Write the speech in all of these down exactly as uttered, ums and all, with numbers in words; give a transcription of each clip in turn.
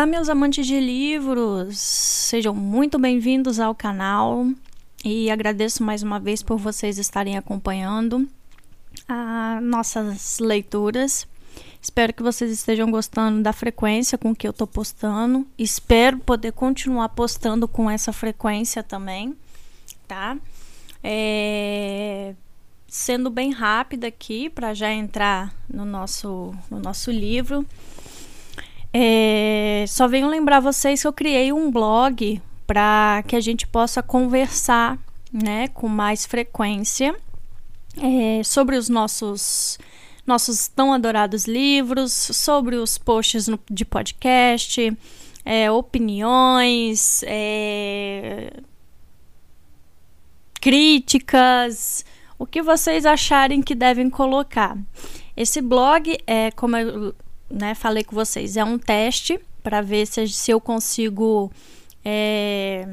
Olá, meus amantes de livros! Sejam muito bem-vindos ao canal e agradeço mais uma vez por vocês estarem acompanhando as nossas leituras. Espero que vocês estejam gostando da frequência com que eu estou postando. Espero poder continuar postando com essa frequência também, tá? É... Sendo bem rápida aqui para já entrar no nosso, no nosso livro. É, só venho lembrar vocês que eu criei um blog para que a gente possa conversar, né, com mais frequência é, sobre os nossos, nossos tão adorados livros, sobre os posts no, de podcast, é, opiniões, é, críticas, o que vocês acharem que devem colocar. Esse blog é como eu Né, falei com vocês, é um teste para ver se, se eu consigo é,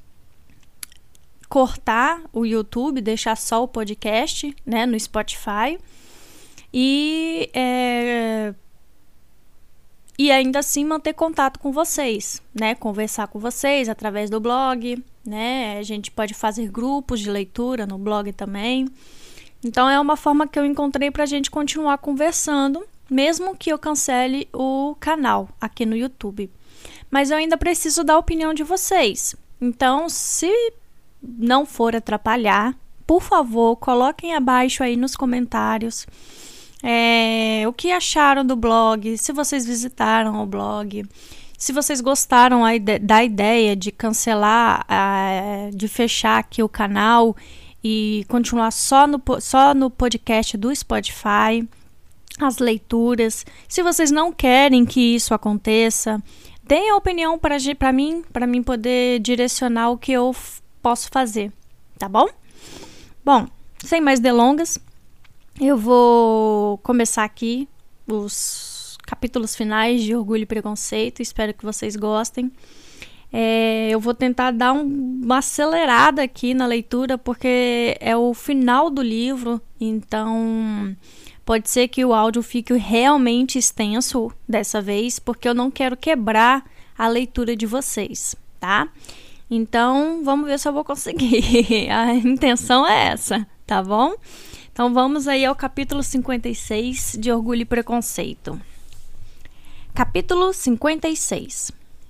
cortar o YouTube, deixar só o podcast, né, no Spotify e, é, e ainda assim manter contato com vocês, né, conversar com vocês através do blog, né, a gente pode fazer grupos de leitura no blog também. Então é uma forma que eu encontrei para a gente continuar conversando, mesmo que eu cancele o canal aqui no YouTube. Mas eu ainda preciso da opinião de vocês. Então, se não for atrapalhar, por favor, coloquem abaixo aí nos comentários é, o que acharam do blog, se vocês visitaram o blog, se vocês gostaram da ideia de cancelar, de fechar aqui o canal e continuar só no, só no podcast do Spotify, as leituras. Se vocês não querem que isso aconteça, deem a opinião para mim, para mim poder direcionar o que eu f- posso fazer, tá bom? Bom, sem mais delongas, eu vou começar aqui os capítulos finais de Orgulho e Preconceito, espero que vocês gostem. É, eu vou tentar dar um, uma acelerada aqui na leitura, porque é o final do livro, então pode ser que o áudio fique realmente extenso dessa vez, porque eu não quero quebrar a leitura de vocês, tá? Então, vamos ver se eu vou conseguir. A intenção é essa, tá bom? Então, vamos aí ao capítulo cinquenta e seis de Orgulho e Preconceito. Capítulo cinquenta e seis.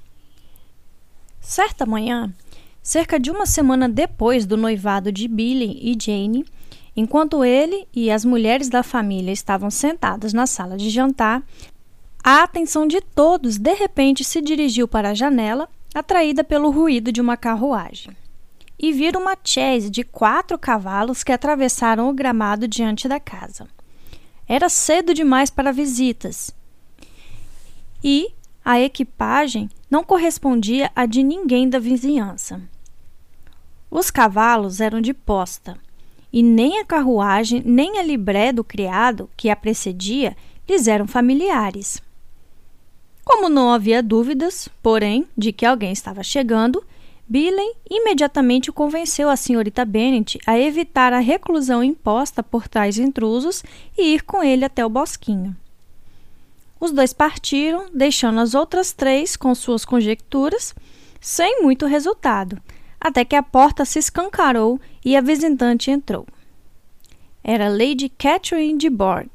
Certa manhã, cerca de uma semana depois do noivado de Billy e Jane, enquanto ele e as mulheres da família estavam sentados na sala de jantar, a atenção de todos de repente se dirigiu para a janela, atraída pelo ruído de uma carruagem. E viram uma chaise de quatro cavalos que atravessaram o gramado diante da casa. Era cedo demais para visitas. E a equipagem não correspondia à de ninguém da vizinhança. Os cavalos eram de posta, e nem a carruagem, nem a libré do criado que a precedia lhes eram familiares. Como não havia dúvidas, porém, de que alguém estava chegando, Billy imediatamente convenceu a senhorita Bennet a evitar a reclusão imposta por tais intrusos e ir com ele até o bosquinho. Os dois partiram, deixando as outras três com suas conjecturas, sem muito resultado, até que a porta se escancarou e a visitante entrou. Era Lady Catherine de Bourgh.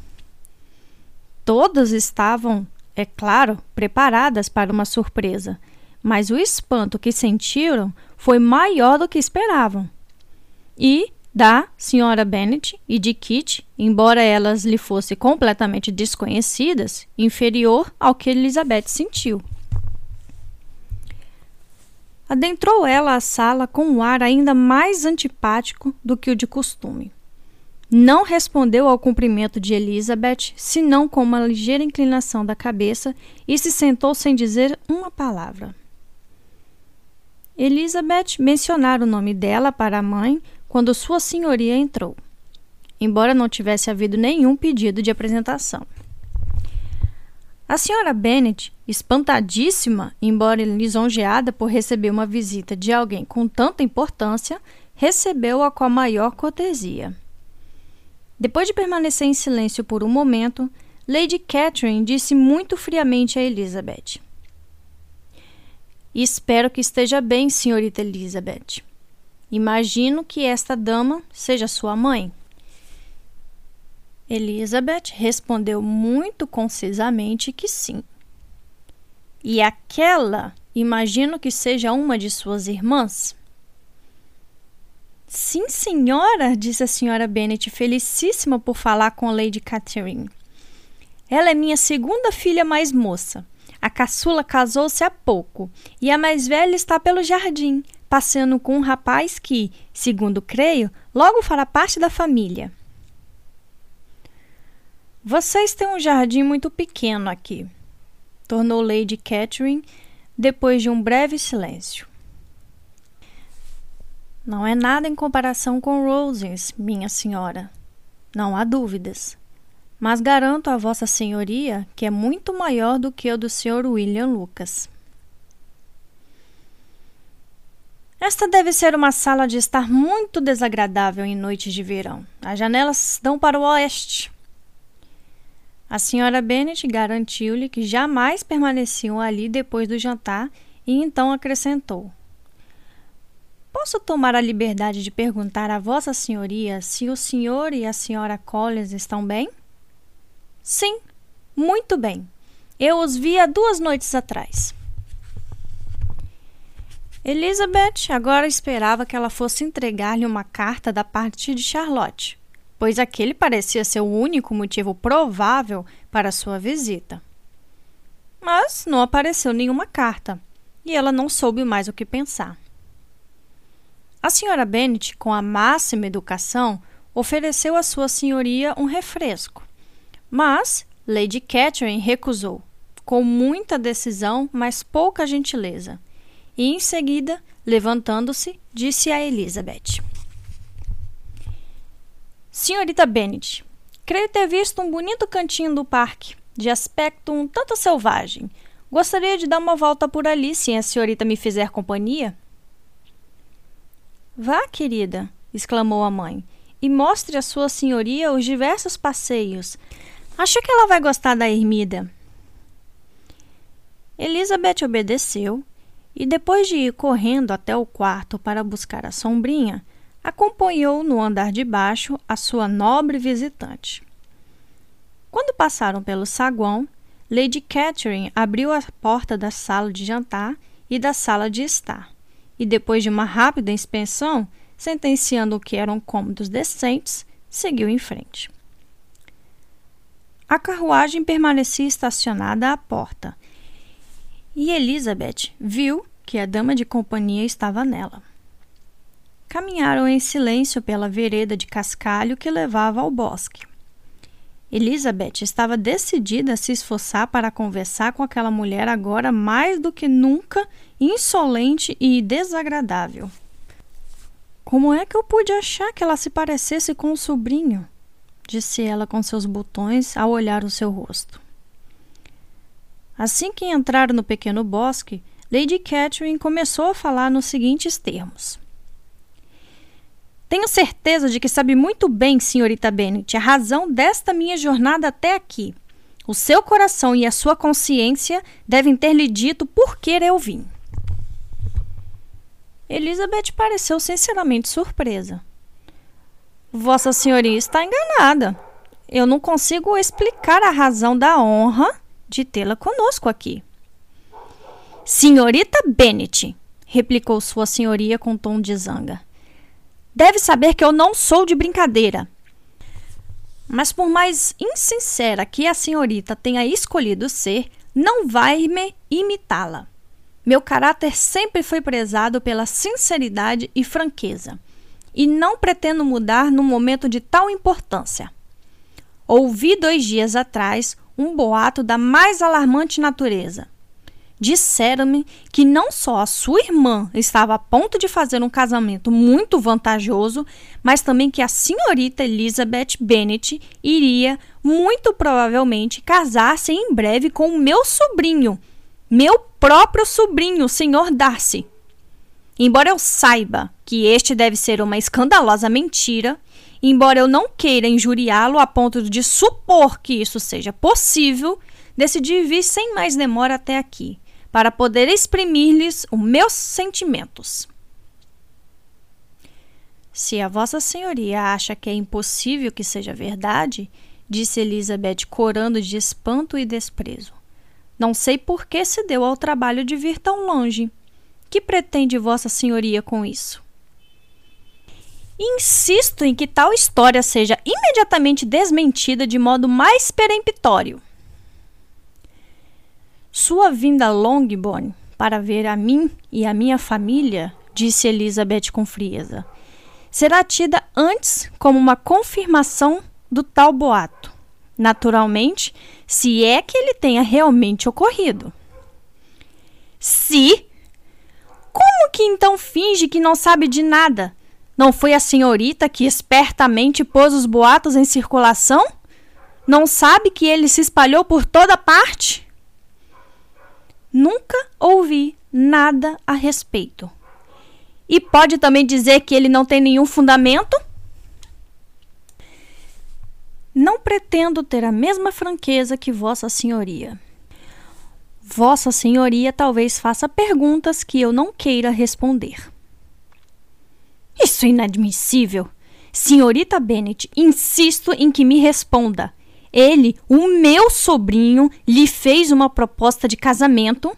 Todas estavam, é claro, preparadas para uma surpresa, mas o espanto que sentiram foi maior do que esperavam. E da senhora Bennet e de Kitty, embora elas lhe fossem completamente desconhecidas, inferior ao que Elizabeth sentiu. Adentrou ela a sala com um ar ainda mais antipático do que o de costume. Não respondeu ao cumprimento de Elizabeth, senão com uma ligeira inclinação da cabeça, e se sentou sem dizer uma palavra. Elizabeth mencionara o nome dela para a mãe quando sua senhoria entrou, embora não tivesse havido nenhum pedido de apresentação. A senhora Bennet, espantadíssima, embora lisonjeada por receber uma visita de alguém com tanta importância, recebeu-a com a maior cortesia. Depois de permanecer em silêncio por um momento, Lady Catherine disse muito friamente a Elizabeth: Espero que esteja bem, senhorita Elizabeth. Imagino que esta dama seja sua mãe. Elizabeth respondeu muito concisamente que sim. E aquela, imagino que seja uma de suas irmãs? Sim, senhora, disse a senhora Bennet, felicíssima por falar com a Lady Catherine. Ela é minha segunda filha mais moça. A caçula casou-se há pouco e a mais velha está pelo jardim, passeando com um rapaz que, segundo creio, logo fará parte da família. Vocês têm um jardim muito pequeno aqui, tornou Lady Catherine depois de um breve silêncio. Não é nada em comparação com Rosings, minha senhora. Não há dúvidas. Mas garanto a vossa senhoria que é muito maior do que o do senhor William Lucas. Esta deve ser uma sala de estar muito desagradável em noites de verão. As janelas dão para o oeste. A senhora Bennet garantiu-lhe que jamais permaneciam ali depois do jantar e então acrescentou: Posso tomar a liberdade de perguntar a vossa senhoria se o senhor e a senhora Collins estão bem? Sim, muito bem. Eu os vi há duas noites atrás. Elizabeth agora esperava que ela fosse entregar-lhe uma carta da parte de Charlotte, pois aquele parecia ser o único motivo provável para sua visita. Mas não apareceu nenhuma carta, e ela não soube mais o que pensar. A senhora Bennet, com a máxima educação, ofereceu à sua senhoria um refresco, mas Lady Catherine recusou, com muita decisão, mas pouca gentileza, e em seguida, levantando-se, disse a Elizabeth: Senhorita Bennet, creio ter visto um bonito cantinho do parque, de aspecto um tanto selvagem. Gostaria de dar uma volta por ali, se a senhorita me fizer companhia. Vá, querida, exclamou a mãe, e mostre à sua senhoria os diversos passeios. Acho que ela vai gostar da ermida. Elizabeth obedeceu e, depois de ir correndo até o quarto para buscar a sombrinha, acompanhou no andar de baixo a sua nobre visitante. Quando passaram pelo saguão, Lady Catherine abriu a porta da sala de jantar e da sala de estar, e depois de uma rápida inspeção, sentenciando que eram cômodos decentes, seguiu em frente. A carruagem permanecia estacionada à porta, e Elizabeth viu que a dama de companhia estava nela. Caminharam em silêncio pela vereda de cascalho que levava ao bosque. Elizabeth estava decidida a se esforçar para conversar com aquela mulher agora mais do que nunca insolente e desagradável. Como é que eu pude achar que ela se parecesse com o sobrinho? Disse ela com seus botões ao olhar o seu rosto. Assim que entraram no pequeno bosque, Lady Catherine começou a falar nos seguintes termos. Tenho certeza de que sabe muito bem, senhorita Bennet, a razão desta minha jornada até aqui. O seu coração e a sua consciência devem ter lhe dito por que eu vim. Elizabeth pareceu sinceramente surpresa. Vossa senhoria está enganada. Eu não consigo explicar a razão da honra de tê-la conosco aqui. Senhorita Bennet, replicou sua senhoria com tom de zanga, deve saber que eu não sou de brincadeira. Mas por mais insincera que a senhorita tenha escolhido ser, não vai-me imitá-la. Meu caráter sempre foi prezado pela sinceridade e franqueza, e não pretendo mudar num momento de tal importância. Ouvi dois dias atrás um boato da mais alarmante natureza. Disseram-me que não só a sua irmã estava a ponto de fazer um casamento muito vantajoso, mas também que a senhorita Elizabeth Bennet iria, muito provavelmente, casar-se em breve com o meu sobrinho, meu próprio sobrinho, o senhor Darcy. Embora eu saiba que este deve ser uma escandalosa mentira, embora eu não queira injuriá-lo a ponto de supor que isso seja possível, decidi vir sem mais demora até aqui, para poder exprimir-lhes os meus sentimentos. Se a vossa senhoria acha que é impossível que seja verdade, disse Elizabeth, corando de espanto e desprezo, não sei por que se deu ao trabalho de vir tão longe. Que pretende vossa senhoria com isso? Insisto em que tal história seja imediatamente desmentida de modo mais peremptório. Sua vinda a Longbourn para ver a mim e a minha família, disse Elizabeth com frieza, será tida antes como uma confirmação do tal boato. Naturalmente, se é que ele tenha realmente ocorrido. Se? Como que então finge que não sabe de nada? Não foi a senhorita que espertamente pôs os boatos em circulação? Não sabe que ele se espalhou por toda parte? Nunca ouvi nada a respeito. E pode também dizer que ele não tem nenhum fundamento? Não pretendo ter a mesma franqueza que vossa senhoria. Vossa senhoria talvez faça perguntas que eu não queira responder. Isso é inadmissível. Senhorita Bennet, insisto em que me responda. Ele, o meu sobrinho, lhe fez uma proposta de casamento?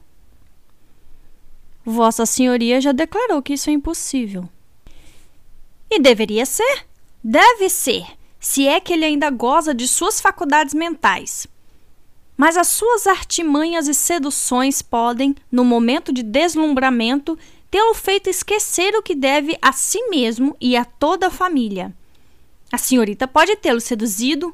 Vossa senhoria já declarou que isso é impossível. E deveria ser? Deve ser, se é que ele ainda goza de suas faculdades mentais. Mas as suas artimanhas e seduções podem, no momento de deslumbramento, tê-lo feito esquecer o que deve a si mesmo e a toda a família. A senhorita pode tê-lo seduzido?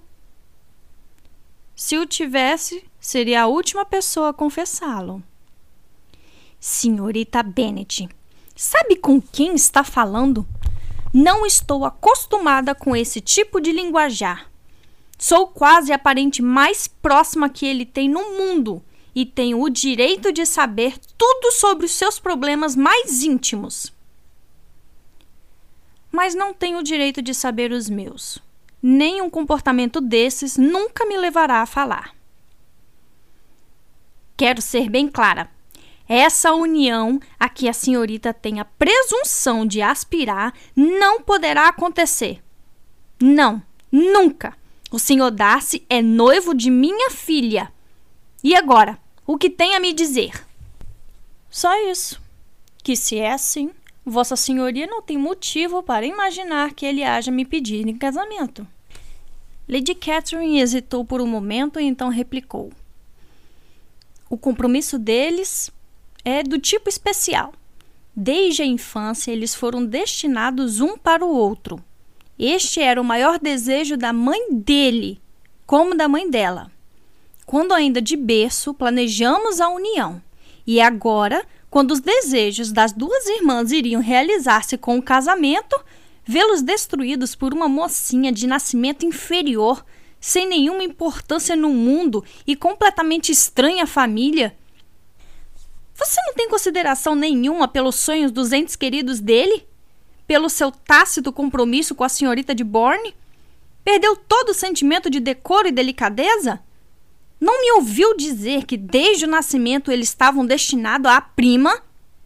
Se o tivesse, seria a última pessoa a confessá-lo. Senhorita Bennet, sabe com quem está falando? Não estou acostumada com esse tipo de linguajar. Sou quase a parente mais próxima que ele tem no mundo e tenho o direito de saber tudo sobre os seus problemas mais íntimos. Mas não tenho o direito de saber os meus. Nem um comportamento desses nunca me levará a falar. Quero ser bem clara. Essa união a que a senhorita tem a presunção de aspirar não poderá acontecer. Não, nunca. O senhor Darcy é noivo de minha filha. E agora, o que tem a me dizer? Só isso. Que se é assim, vossa senhoria não tem motivo para imaginar que ele haja me pedir em casamento. Lady Catherine hesitou por um momento e então replicou. O compromisso deles é do tipo especial. Desde a infância, eles foram destinados um para o outro. Este era o maior desejo da mãe dele, como da mãe dela. Quando ainda de berço, planejamos a união. E agora, quando os desejos das duas irmãs iriam realizar-se com o casamento, vê-los destruídos por uma mocinha de nascimento inferior, sem nenhuma importância no mundo e completamente estranha à família. Você não tem consideração nenhuma pelos sonhos dos entes queridos dele? Pelo seu tácito compromisso com a senhorita de Bourne? Perdeu todo o sentimento de decoro e delicadeza? Não me ouviu dizer que desde o nascimento eles estavam destinados à prima?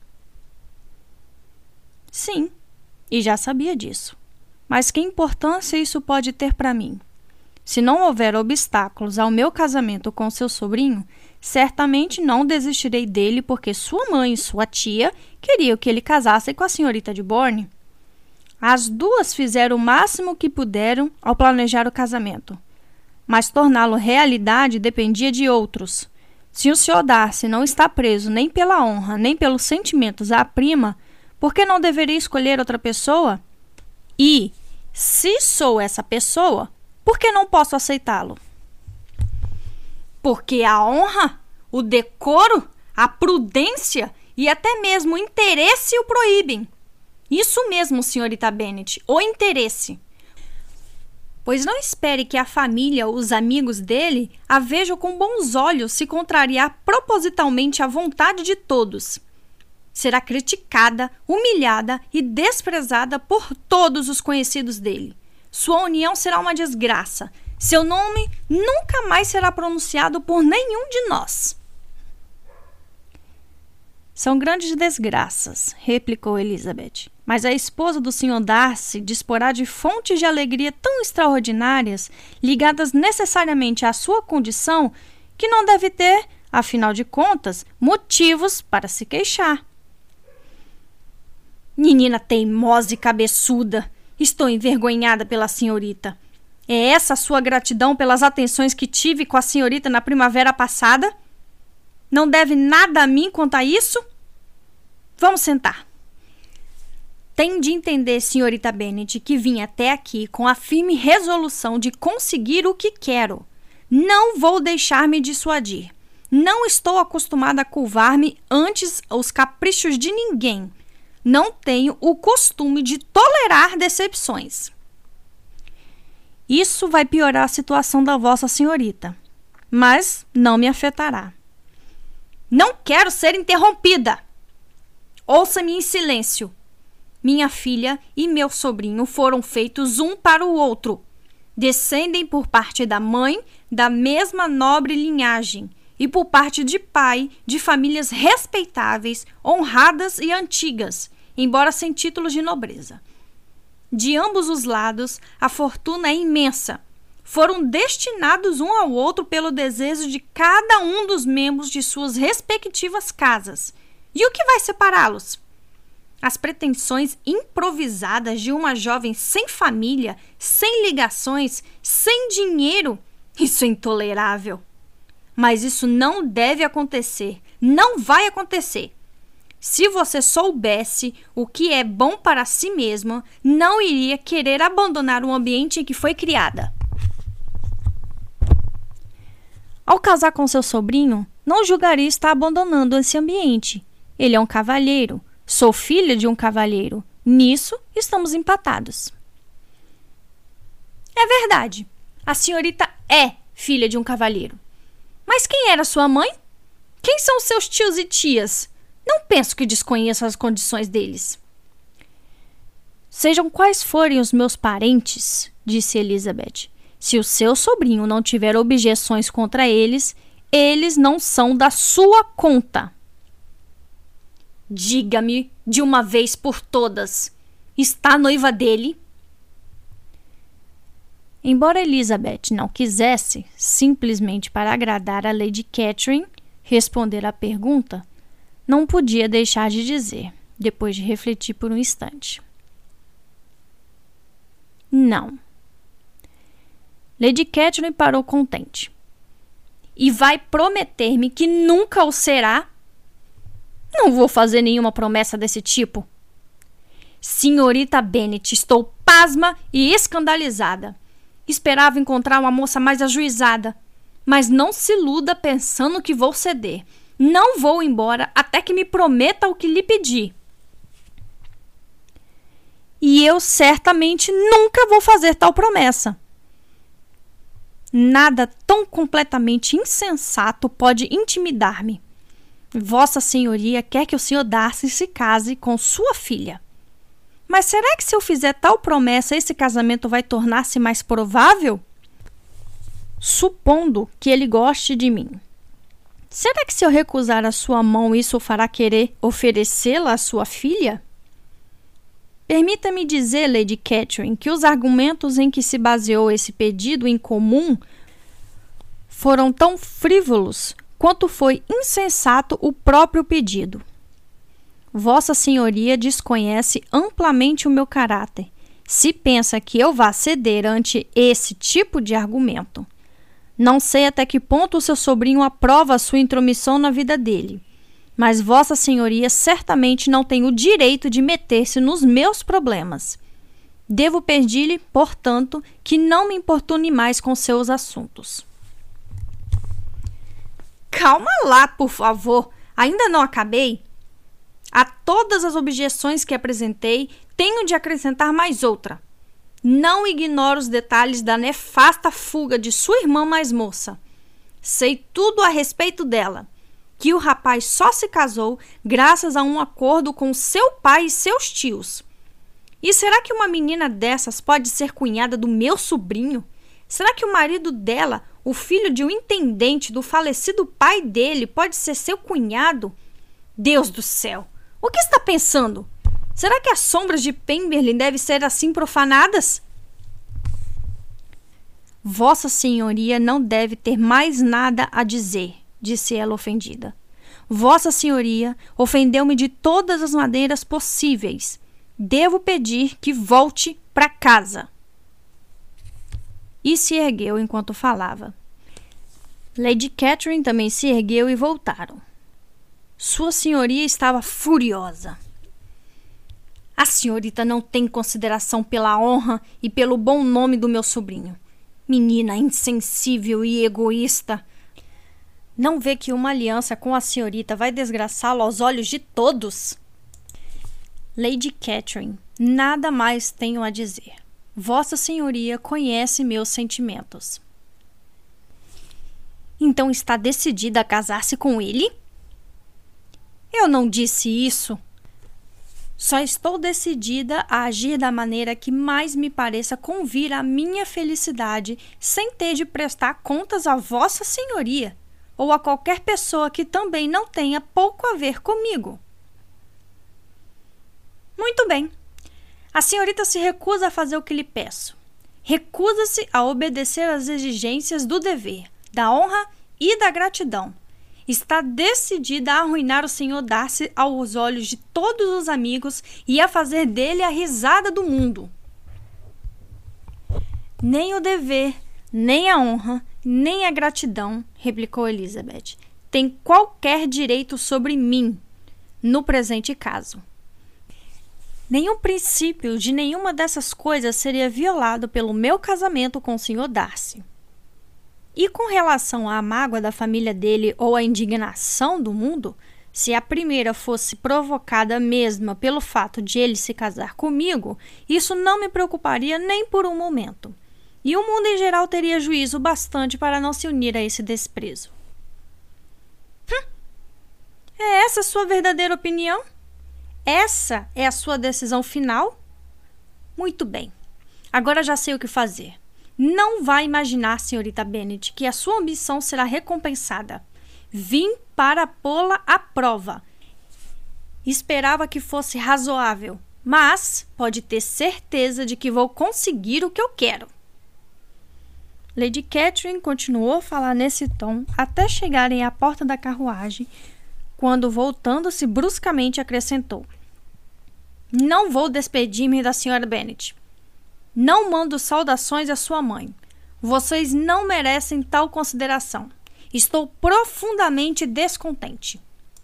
Sim, e já sabia disso. Mas que importância isso pode ter para mim? Se não houver obstáculos ao meu casamento com seu sobrinho, certamente não desistirei dele porque sua mãe e sua tia queriam que ele casasse com a senhorita de Bourne. As duas fizeram o máximo que puderam ao planejar o casamento, mas torná-lo realidade dependia de outros. Se o senhor Darcy não está preso nem pela honra, nem pelos sentimentos à prima, por que não deveria escolher outra pessoa? E, se sou essa pessoa, por que não posso aceitá-lo? Porque a honra, o decoro, a prudência e até mesmo o interesse o proíbem. Isso mesmo, senhorita Bennet, o interesse. Pois não espere que a família ou os amigos dele a vejam com bons olhos se contrariar propositalmente a vontade de todos. Será criticada, humilhada e desprezada por todos os conhecidos dele. Sua união será uma desgraça. Seu nome nunca mais será pronunciado por nenhum de nós. São grandes desgraças, replicou Elizabeth. Mas a esposa do senhor Darcy disporá de fontes de alegria tão extraordinárias, ligadas necessariamente à sua condição, que não deve ter, afinal de contas, motivos para se queixar. Menina teimosa e cabeçuda, estou envergonhada pela senhorita. É essa a sua gratidão pelas atenções que tive com a senhorita na primavera passada? Não deve nada a mim quanto a isso? Vamos sentar. Tem de entender, senhorita Bennet, que vim até aqui com a firme resolução de conseguir o que quero. Não vou deixar-me dissuadir. Não estou acostumada a curvar-me antes aos caprichos de ninguém. Não tenho o costume de tolerar decepções. Isso vai piorar a situação da vossa senhorita, mas não me afetará. Não quero ser interrompida. Ouça-me em silêncio. Minha filha e meu sobrinho foram feitos um para o outro. Descendem por parte da mãe da mesma nobre linhagem e por parte de pai de famílias respeitáveis, honradas e antigas, embora sem títulos de nobreza. De ambos os lados, a fortuna é imensa. Foram destinados um ao outro pelo desejo de cada um dos membros de suas respectivas casas. E o que vai separá-los? As pretensões improvisadas de uma jovem sem família, sem ligações, sem dinheiro. Isso é intolerável. Mas isso não deve acontecer. Não vai acontecer. Se você soubesse o que é bom para si mesma, não iria querer abandonar o ambiente em que foi criada. Ao casar com seu sobrinho, não julgaria estar abandonando esse ambiente. Ele é um cavalheiro. Sou filha de um cavalheiro. Nisso, estamos empatados. É verdade. A senhorita é filha de um cavalheiro. Mas quem era sua mãe? Quem são seus tios e tias? Não penso que desconheça as condições deles. Sejam quais forem os meus parentes, disse Elizabeth, se o seu sobrinho não tiver objeções contra eles, eles não são da sua conta. Diga-me de uma vez por todas, está noiva dele? Embora Elizabeth não quisesse, simplesmente para agradar a Lady Catherine, responder à pergunta, não podia deixar de dizer, depois de refletir por um instante. Não. Lady Catherine parou contente. E vai prometer-me que nunca o será? Não vou fazer nenhuma promessa desse tipo. Senhorita Bennet, estou pasma e escandalizada. Esperava encontrar uma moça mais ajuizada, mas não se iluda pensando que vou ceder. Não vou embora até que me prometa o que lhe pedi. E eu certamente nunca vou fazer tal promessa. Nada tão completamente insensato pode intimidar-me. Vossa Senhoria quer que o senhor Darcy se case com sua filha. Mas será que se eu fizer tal promessa, esse casamento vai tornar-se mais provável? Supondo que ele goste de mim. Será que se eu recusar a sua mão, isso o fará querer oferecê-la à sua filha? Permita-me dizer, Lady Catherine, que os argumentos em que se baseou esse pedido em comum foram tão frívolos quanto foi insensato o próprio pedido. Vossa Senhoria desconhece amplamente o meu caráter, se pensa que eu vá ceder ante esse tipo de argumento. Não sei até que ponto o seu sobrinho aprova a sua intromissão na vida dele, mas Vossa Senhoria certamente não tem o direito de meter-se nos meus problemas. Devo pedir-lhe, portanto, que não me importune mais com seus assuntos. Calma lá, por favor. Ainda não acabei. A todas as objeções que apresentei, tenho de acrescentar mais outra. Não ignoro os detalhes da nefasta fuga de sua irmã mais moça. Sei tudo a respeito dela. Que o rapaz só se casou graças a um acordo com seu pai e seus tios. E será que uma menina dessas pode ser cunhada do meu sobrinho? Será que o marido dela, o filho de um intendente do falecido pai dele, pode ser seu cunhado? Deus do céu! O que está pensando? Será que as sombras de Pemberley devem ser assim profanadas? Vossa Senhoria não deve ter mais nada a dizer, disse ela ofendida. Vossa Senhoria ofendeu-me de todas as maneiras possíveis. Devo pedir que volte para casa. E se ergueu enquanto falava. Lady Catherine também se ergueu e voltaram. Sua Senhoria estava furiosa. A senhorita não tem consideração pela honra e pelo bom nome do meu sobrinho. Menina insensível e egoísta. Não vê que uma aliança com a senhorita vai desgraçá-lo aos olhos de todos? Lady Catherine, nada mais tenho a dizer. Vossa Senhoria conhece meus sentimentos. Então está decidida a casar-se com ele? Eu não disse isso. Só estou decidida a agir da maneira que mais me pareça convir à minha felicidade, sem ter de prestar contas a Vossa Senhoria, ou a qualquer pessoa que também não tenha pouco a ver comigo. Muito bem. A senhorita se recusa a fazer o que lhe peço. Recusa-se a obedecer às exigências do dever, da honra e da gratidão. Está decidida a arruinar o senhor Darcy aos olhos de todos os amigos e a fazer dele a risada do mundo. Nem o dever, nem a honra, nem a gratidão, replicou Elizabeth, tem qualquer direito sobre mim, no presente caso. Nenhum princípio de nenhuma dessas coisas seria violado pelo meu casamento com o senhor Darcy. E com relação à mágoa da família dele ou à indignação do mundo, se a primeira fosse provocada mesma pelo fato de ele se casar comigo, isso não me preocuparia nem por um momento. E o mundo em geral teria juízo bastante para não se unir a esse desprezo. Hum, é essa a sua verdadeira opinião? Essa é a sua decisão final? Muito bem. Agora já sei o que fazer. Não vá imaginar, senhorita Bennet, que a sua ambição será recompensada. Vim para pô-la à prova. Esperava que fosse razoável, mas pode ter certeza de que vou conseguir o que eu quero. Lady Catherine continuou a falar nesse tom até chegarem à porta da carruagem, quando, voltando-se bruscamente, acrescentou: Não vou despedir-me da senhora Bennet. Não mando saudações à sua mãe. Vocês não merecem tal consideração. Estou profundamente descontente.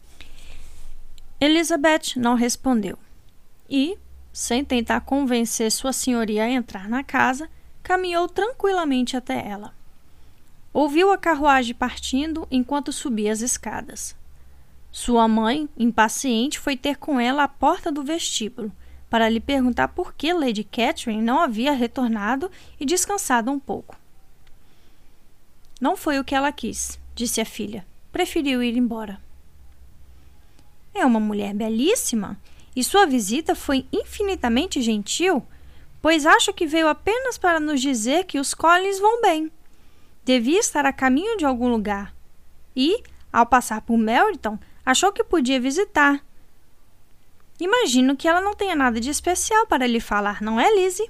Elizabeth não respondeu. E, sem tentar convencer sua senhoria a entrar na casa, caminhou tranquilamente até ela. Ouviu a carruagem partindo enquanto subia as escadas. Sua mãe, impaciente, foi ter com ela à porta do vestíbulo, para lhe perguntar por que Lady Catherine não havia retornado e descansado um pouco. Não foi o que ela quis, disse a filha. Preferiu ir embora. É uma mulher belíssima e sua visita foi infinitamente gentil, pois acho que veio apenas para nos dizer que os Collins vão bem. Devia estar a caminho de algum lugar e, ao passar por Meryton, achou que podia visitar. Imagino que ela não tenha nada de especial para lhe falar, não é, Lizzie?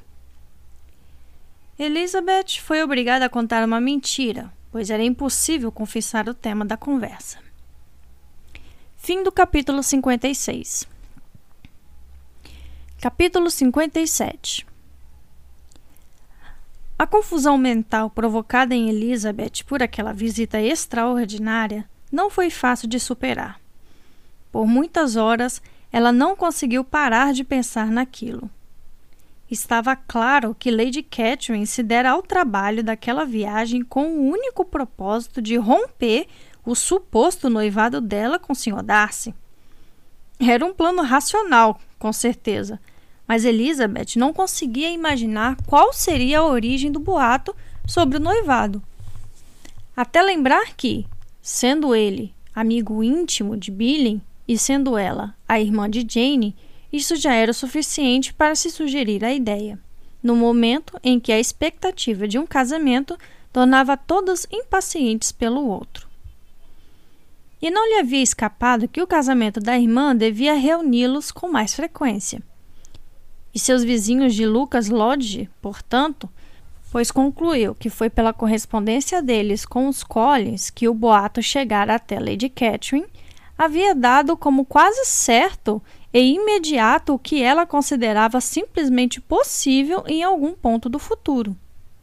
Elizabeth foi obrigada a contar uma mentira, pois era impossível confessar o tema da conversa. Fim do capítulo cinquenta e seis. Capítulo cinquenta e sete. A confusão mental provocada em Elizabeth por aquela visita extraordinária não foi fácil de superar. Por muitas horas, ela não conseguiu parar de pensar naquilo. Estava claro que Lady Catherine se dera ao trabalho daquela viagem com o único propósito de romper o suposto noivado dela com o senhor Darcy. Era um plano racional, com certeza, mas Elizabeth não conseguia imaginar qual seria a origem do boato sobre o noivado. Até lembrar que, sendo ele amigo íntimo de Billing, e sendo ela a irmã de Jane, isso já era o suficiente para se sugerir a ideia, no momento em que a expectativa de um casamento tornava todos impacientes pelo outro. e não lhe havia escapado que o casamento da irmã devia reuni-los com mais frequência. E seus vizinhos de Lucas Lodge, portanto, pois concluiu que foi pela correspondência deles com os Collins que o boato chegara até Lady Catherine, havia dado como quase certo e imediato o que ela considerava simplesmente possível em algum ponto do futuro.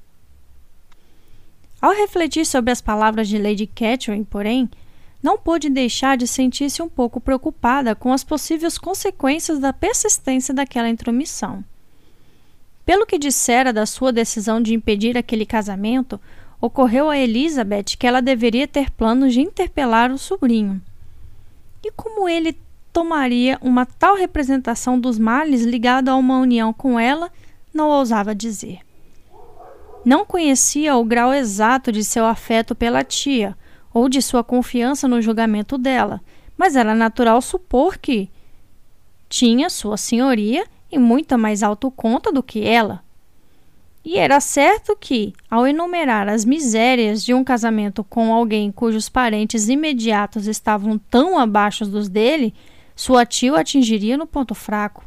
Ao refletir sobre as palavras de Lady Catherine, porém, não pôde deixar de sentir-se um pouco preocupada com as possíveis consequências da persistência daquela intromissão. Pelo que dissera da sua decisão de impedir aquele casamento, ocorreu a Elizabeth que ela deveria ter planos de interpelar o sobrinho. E como ele tomaria uma tal representação dos males ligado a uma união com ela, não ousava dizer. Não conhecia o grau exato de seu afeto pela tia, ou de sua confiança no julgamento dela, mas era natural supor que tinha sua senhoria em muita mais alta conta do que ela. E era certo que, ao enumerar as misérias de um casamento com alguém cujos parentes imediatos estavam tão abaixo dos dele, sua tia o atingiria no ponto fraco.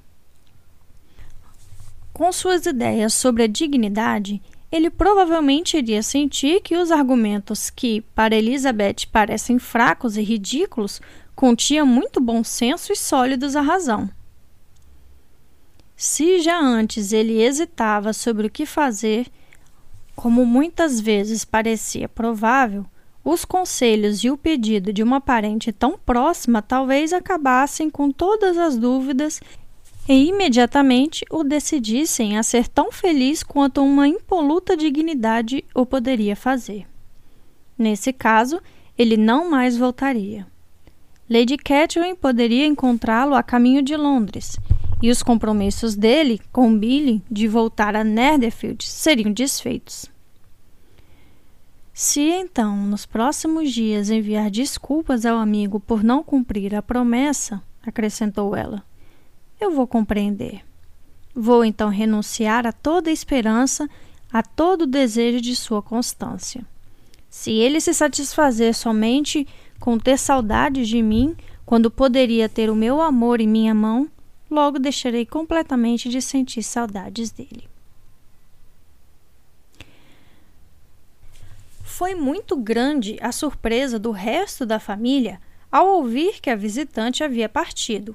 Com suas ideias sobre a dignidade, ele provavelmente iria sentir que os argumentos que, para Elizabeth, parecem fracos e ridículos, continham muito bom senso e sólidos à razão. Se já antes ele hesitava sobre o que fazer, como muitas vezes parecia provável, os conselhos e o pedido de uma parente tão próxima talvez acabassem com todas as dúvidas e imediatamente o decidissem a ser tão feliz quanto uma impoluta dignidade o poderia fazer. Nesse caso, ele não mais voltaria. Lady Catherine poderia encontrá-lo a caminho de Londres, e os compromissos dele com Billy de voltar a Netherfield seriam desfeitos. Se então, nos próximos dias, enviar desculpas ao amigo por não cumprir a promessa, acrescentou ela, eu vou compreender. Vou então renunciar a toda esperança, a todo desejo de sua constância. Se ele se satisfazer somente com ter saudades de mim, quando poderia ter o meu amor em minha mão, logo deixarei completamente de sentir saudades dele. Foi muito grande a surpresa do resto da família ao ouvir que a visitante havia partido.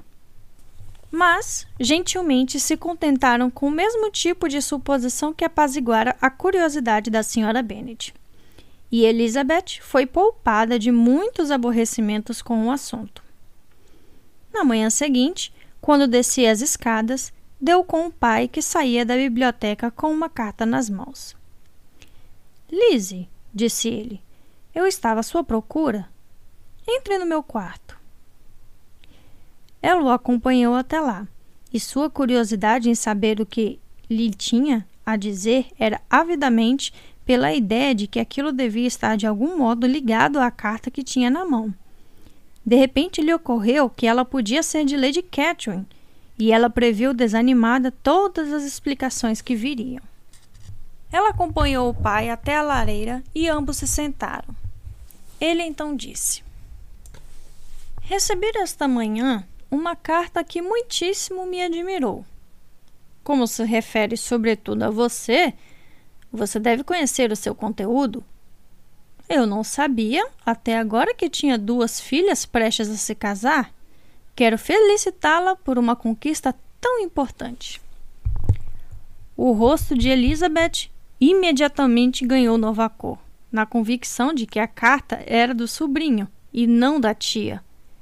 Mas, gentilmente, se contentaram com o mesmo tipo de suposição que apaziguara a curiosidade da senhora Bennet. E Elizabeth foi poupada de muitos aborrecimentos com o assunto. Na manhã seguinte, quando descia as escadas, deu com o pai que saía da biblioteca com uma carta nas mãos. Lizzie, disse ele, eu estava à sua procura. Entre no meu quarto. Ela o acompanhou até lá, e sua curiosidade em saber o que lhe tinha a dizer era avidamente pela ideia de que aquilo devia estar de algum modo ligado à carta que tinha na mão. De repente lhe ocorreu que ela podia ser de Lady Catherine, e ela previu desanimada todas as explicações que viriam. Ela acompanhou o pai até a lareira e ambos se sentaram. Ele então disse: Recebi esta manhã uma carta que muitíssimo me admirou. Como se refere sobretudo a você, você deve conhecer o seu conteúdo. Eu não sabia, até agora, que tinha duas filhas prestes a se casar. Quero felicitá-la por uma conquista tão importante. O rosto de Elizabeth imediatamente ganhou nova cor, na convicção de que a carta era do sobrinho e não da tia.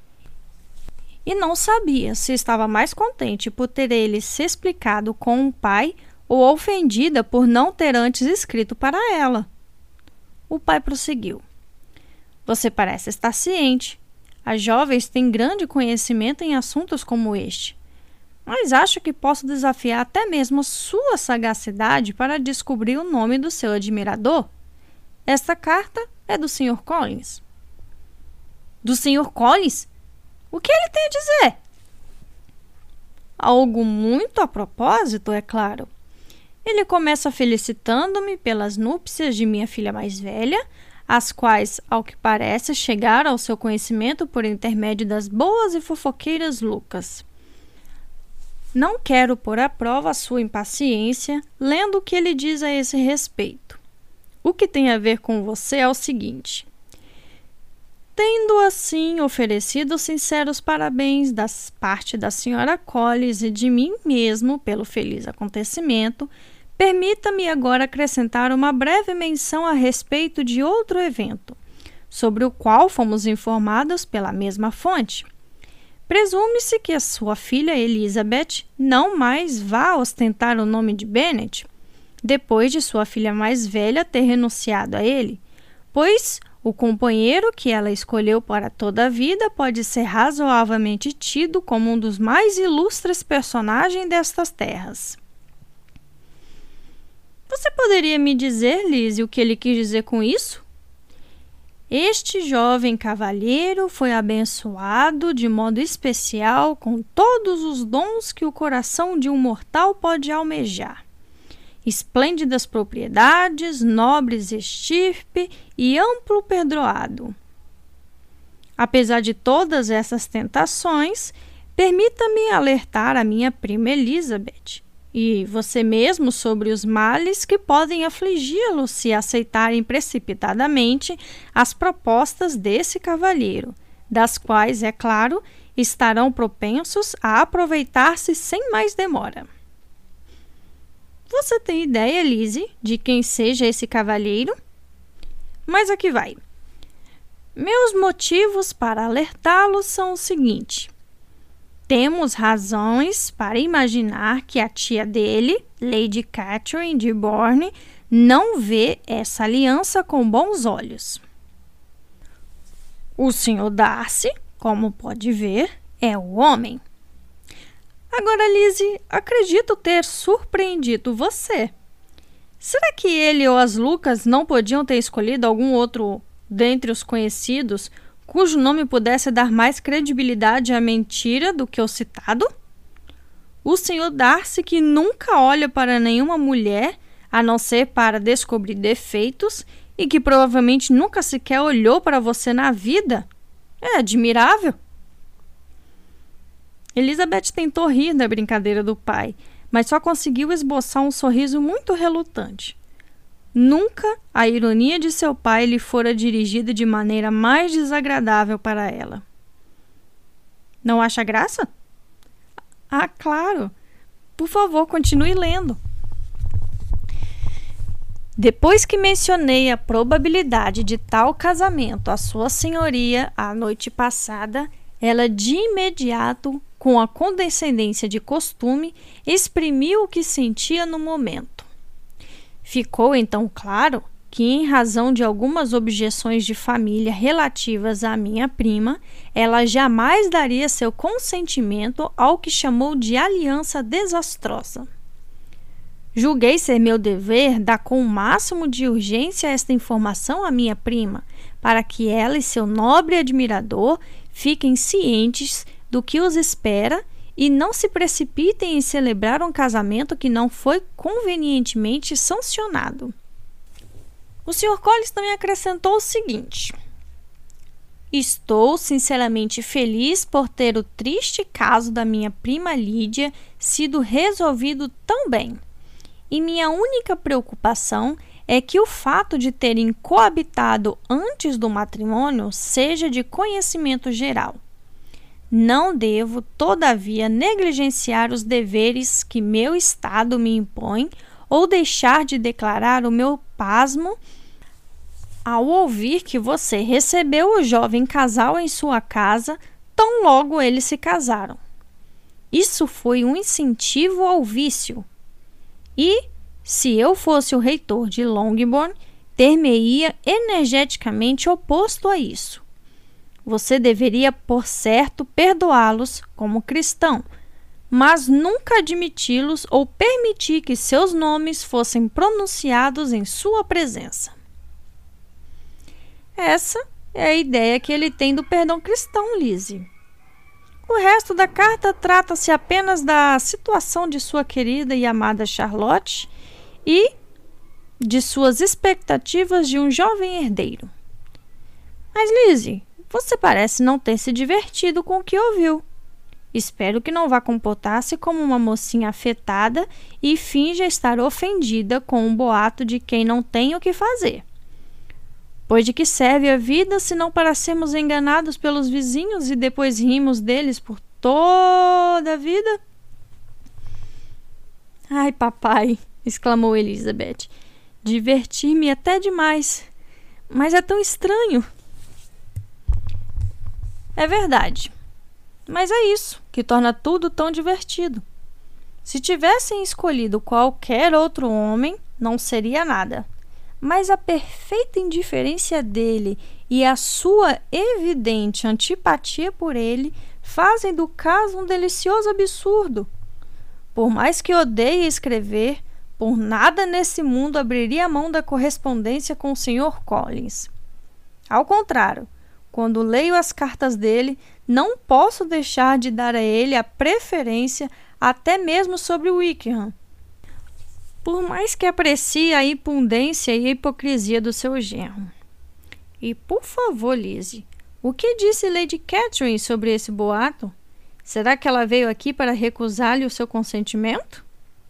E não sabia se estava mais contente por ter ele se explicado com o pai ou ofendida por não ter antes escrito para ela. O pai prosseguiu. Você parece estar ciente. As jovens têm grande conhecimento em assuntos como este. Mas acho que posso desafiar até mesmo sua sagacidade para descobrir o nome do seu admirador. Esta carta é do senhor Collins. Do senhor Collins? O que ele tem a dizer? Algo muito a propósito, é claro. Ele começa felicitando-me pelas núpcias de minha filha mais velha, as quais, ao que parece, chegaram ao seu conhecimento por intermédio das boas e fofoqueiras Lucas. Não quero pôr à prova a sua impaciência, lendo o que ele diz a esse respeito. O que tem a ver com você é o seguinte: tendo assim oferecido sinceros parabéns da parte da senhora Collins e de mim mesmo pelo feliz acontecimento, permita-me agora acrescentar uma breve menção a respeito de outro evento, sobre o qual fomos informados pela mesma fonte. Presume-se que a sua filha Elizabeth não mais vá ostentar o nome de Bennet, depois de sua filha mais velha ter renunciado a ele, pois o companheiro que ela escolheu para toda a vida pode ser razoavelmente tido como um dos mais ilustres personagens destas terras. Você poderia me dizer, Lizzie, o que ele quis dizer com isso? Este jovem cavalheiro foi abençoado de modo especial com todos os dons que o coração de um mortal pode almejar. Esplêndidas propriedades, nobres estirpe e amplo perdoado. Apesar de todas essas tentações, permita-me alertar a minha prima Elizabeth e você mesmo sobre os males que podem afligi-lo se aceitarem precipitadamente as propostas desse cavalheiro, das quais, é claro, estarão propensos a aproveitar-se sem mais demora. Você tem ideia, Lizzie, de quem seja esse cavalheiro? Mas aqui vai. Meus motivos para alertá-lo são os seguintes. Temos razões para imaginar que a tia dele, Lady Catherine de Bourne, não vê essa aliança com bons olhos. O senhor Darcy, como pode ver, é o homem. Agora, Lizzie, acredito ter surpreendido você. Será que ele ou as Lucas não podiam ter escolhido algum outro dentre os conhecidos cujo nome pudesse dar mais credibilidade à mentira do que o citado? O senhor Darcy, que nunca olha para nenhuma mulher, a não ser para descobrir defeitos, e que provavelmente nunca sequer olhou para você na vida, é admirável. Elizabeth tentou rir da brincadeira do pai, mas só conseguiu esboçar um sorriso muito relutante. Nunca a ironia de seu pai lhe fora dirigida de maneira mais desagradável para ela. Não acha graça? Ah, claro. Por favor, continue lendo. Depois que mencionei a probabilidade de tal casamento à sua senhoria a noite passada, ela de imediato, com a condescendência de costume, exprimiu o que sentia no momento. Ficou então claro que, em razão de algumas objeções de família relativas à minha prima, ela jamais daria seu consentimento ao que chamou de aliança desastrosa. Julguei ser meu dever dar com o máximo de urgência esta informação à minha prima, para que ela e seu nobre admirador fiquem cientes do que os espera e não se precipitem em celebrar um casamento que não foi convenientemente sancionado. O senhor Collins também acrescentou o seguinte: estou sinceramente feliz por ter o triste caso da minha prima Lídia sido resolvido tão bem, e minha única preocupação é que o fato de terem coabitado antes do matrimônio seja de conhecimento geral. Não devo, todavia, negligenciar os deveres que meu estado me impõe ou deixar de declarar o meu pasmo ao ouvir que você recebeu o jovem casal em sua casa tão logo eles se casaram. Isso foi um incentivo ao vício. E, se eu fosse o reitor de Longbourn, ter-me-ia energeticamente oposto a isso. Você deveria, por certo, perdoá-los como cristão, mas nunca admiti-los ou permitir que seus nomes fossem pronunciados em sua presença. Essa é a ideia que ele tem do perdão cristão, Lizzie. O resto da carta trata-se apenas da situação de sua querida e amada Charlotte e de suas expectativas de um jovem herdeiro. Mas, Lizzie, você parece não ter se divertido com o que ouviu. Espero que não vá comportar-se como uma mocinha afetada e finja estar ofendida com um boato de quem não tem o que fazer. Pois de que serve a vida se não para sermos enganados pelos vizinhos e depois rimos deles por toda a vida? Ai, papai, exclamou Elizabeth, divertir-me até demais, mas é tão estranho. É verdade, mas é isso que torna tudo tão divertido. Se tivessem escolhido qualquer outro homem, não seria nada. Mas a perfeita indiferença dele e a sua evidente antipatia por ele fazem do caso um delicioso absurdo. Por mais que odeie escrever, por nada nesse mundo abriria a mão da correspondência com o senhor Collins. Ao contrário, quando leio as cartas dele, não posso deixar de dar a ele a preferência até mesmo sobre Wickham. Por mais que aprecie a impudência e a hipocrisia do seu genro. E, por favor, Lizzie, o que disse Lady Catherine sobre esse boato? Será que ela veio aqui para recusar-lhe o seu consentimento?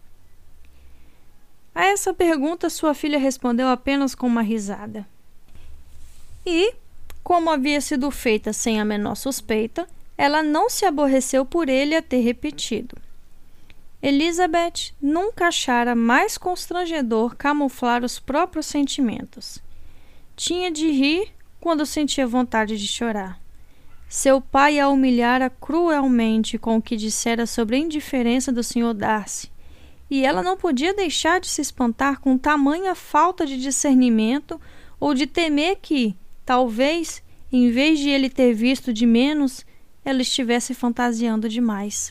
A essa pergunta, sua filha respondeu apenas com uma risada. E, como havia sido feita sem a menor suspeita, ela não se aborreceu por ele a ter repetido. Elizabeth nunca achara mais constrangedor camuflar os próprios sentimentos. Tinha de rir quando sentia vontade de chorar. Seu pai a humilhara cruelmente com o que dissera sobre a indiferença do senhor Darcy, e ela não podia deixar de se espantar com tamanha falta de discernimento ou de temer que, talvez, em vez de ele ter visto de menos, ela estivesse fantasiando demais.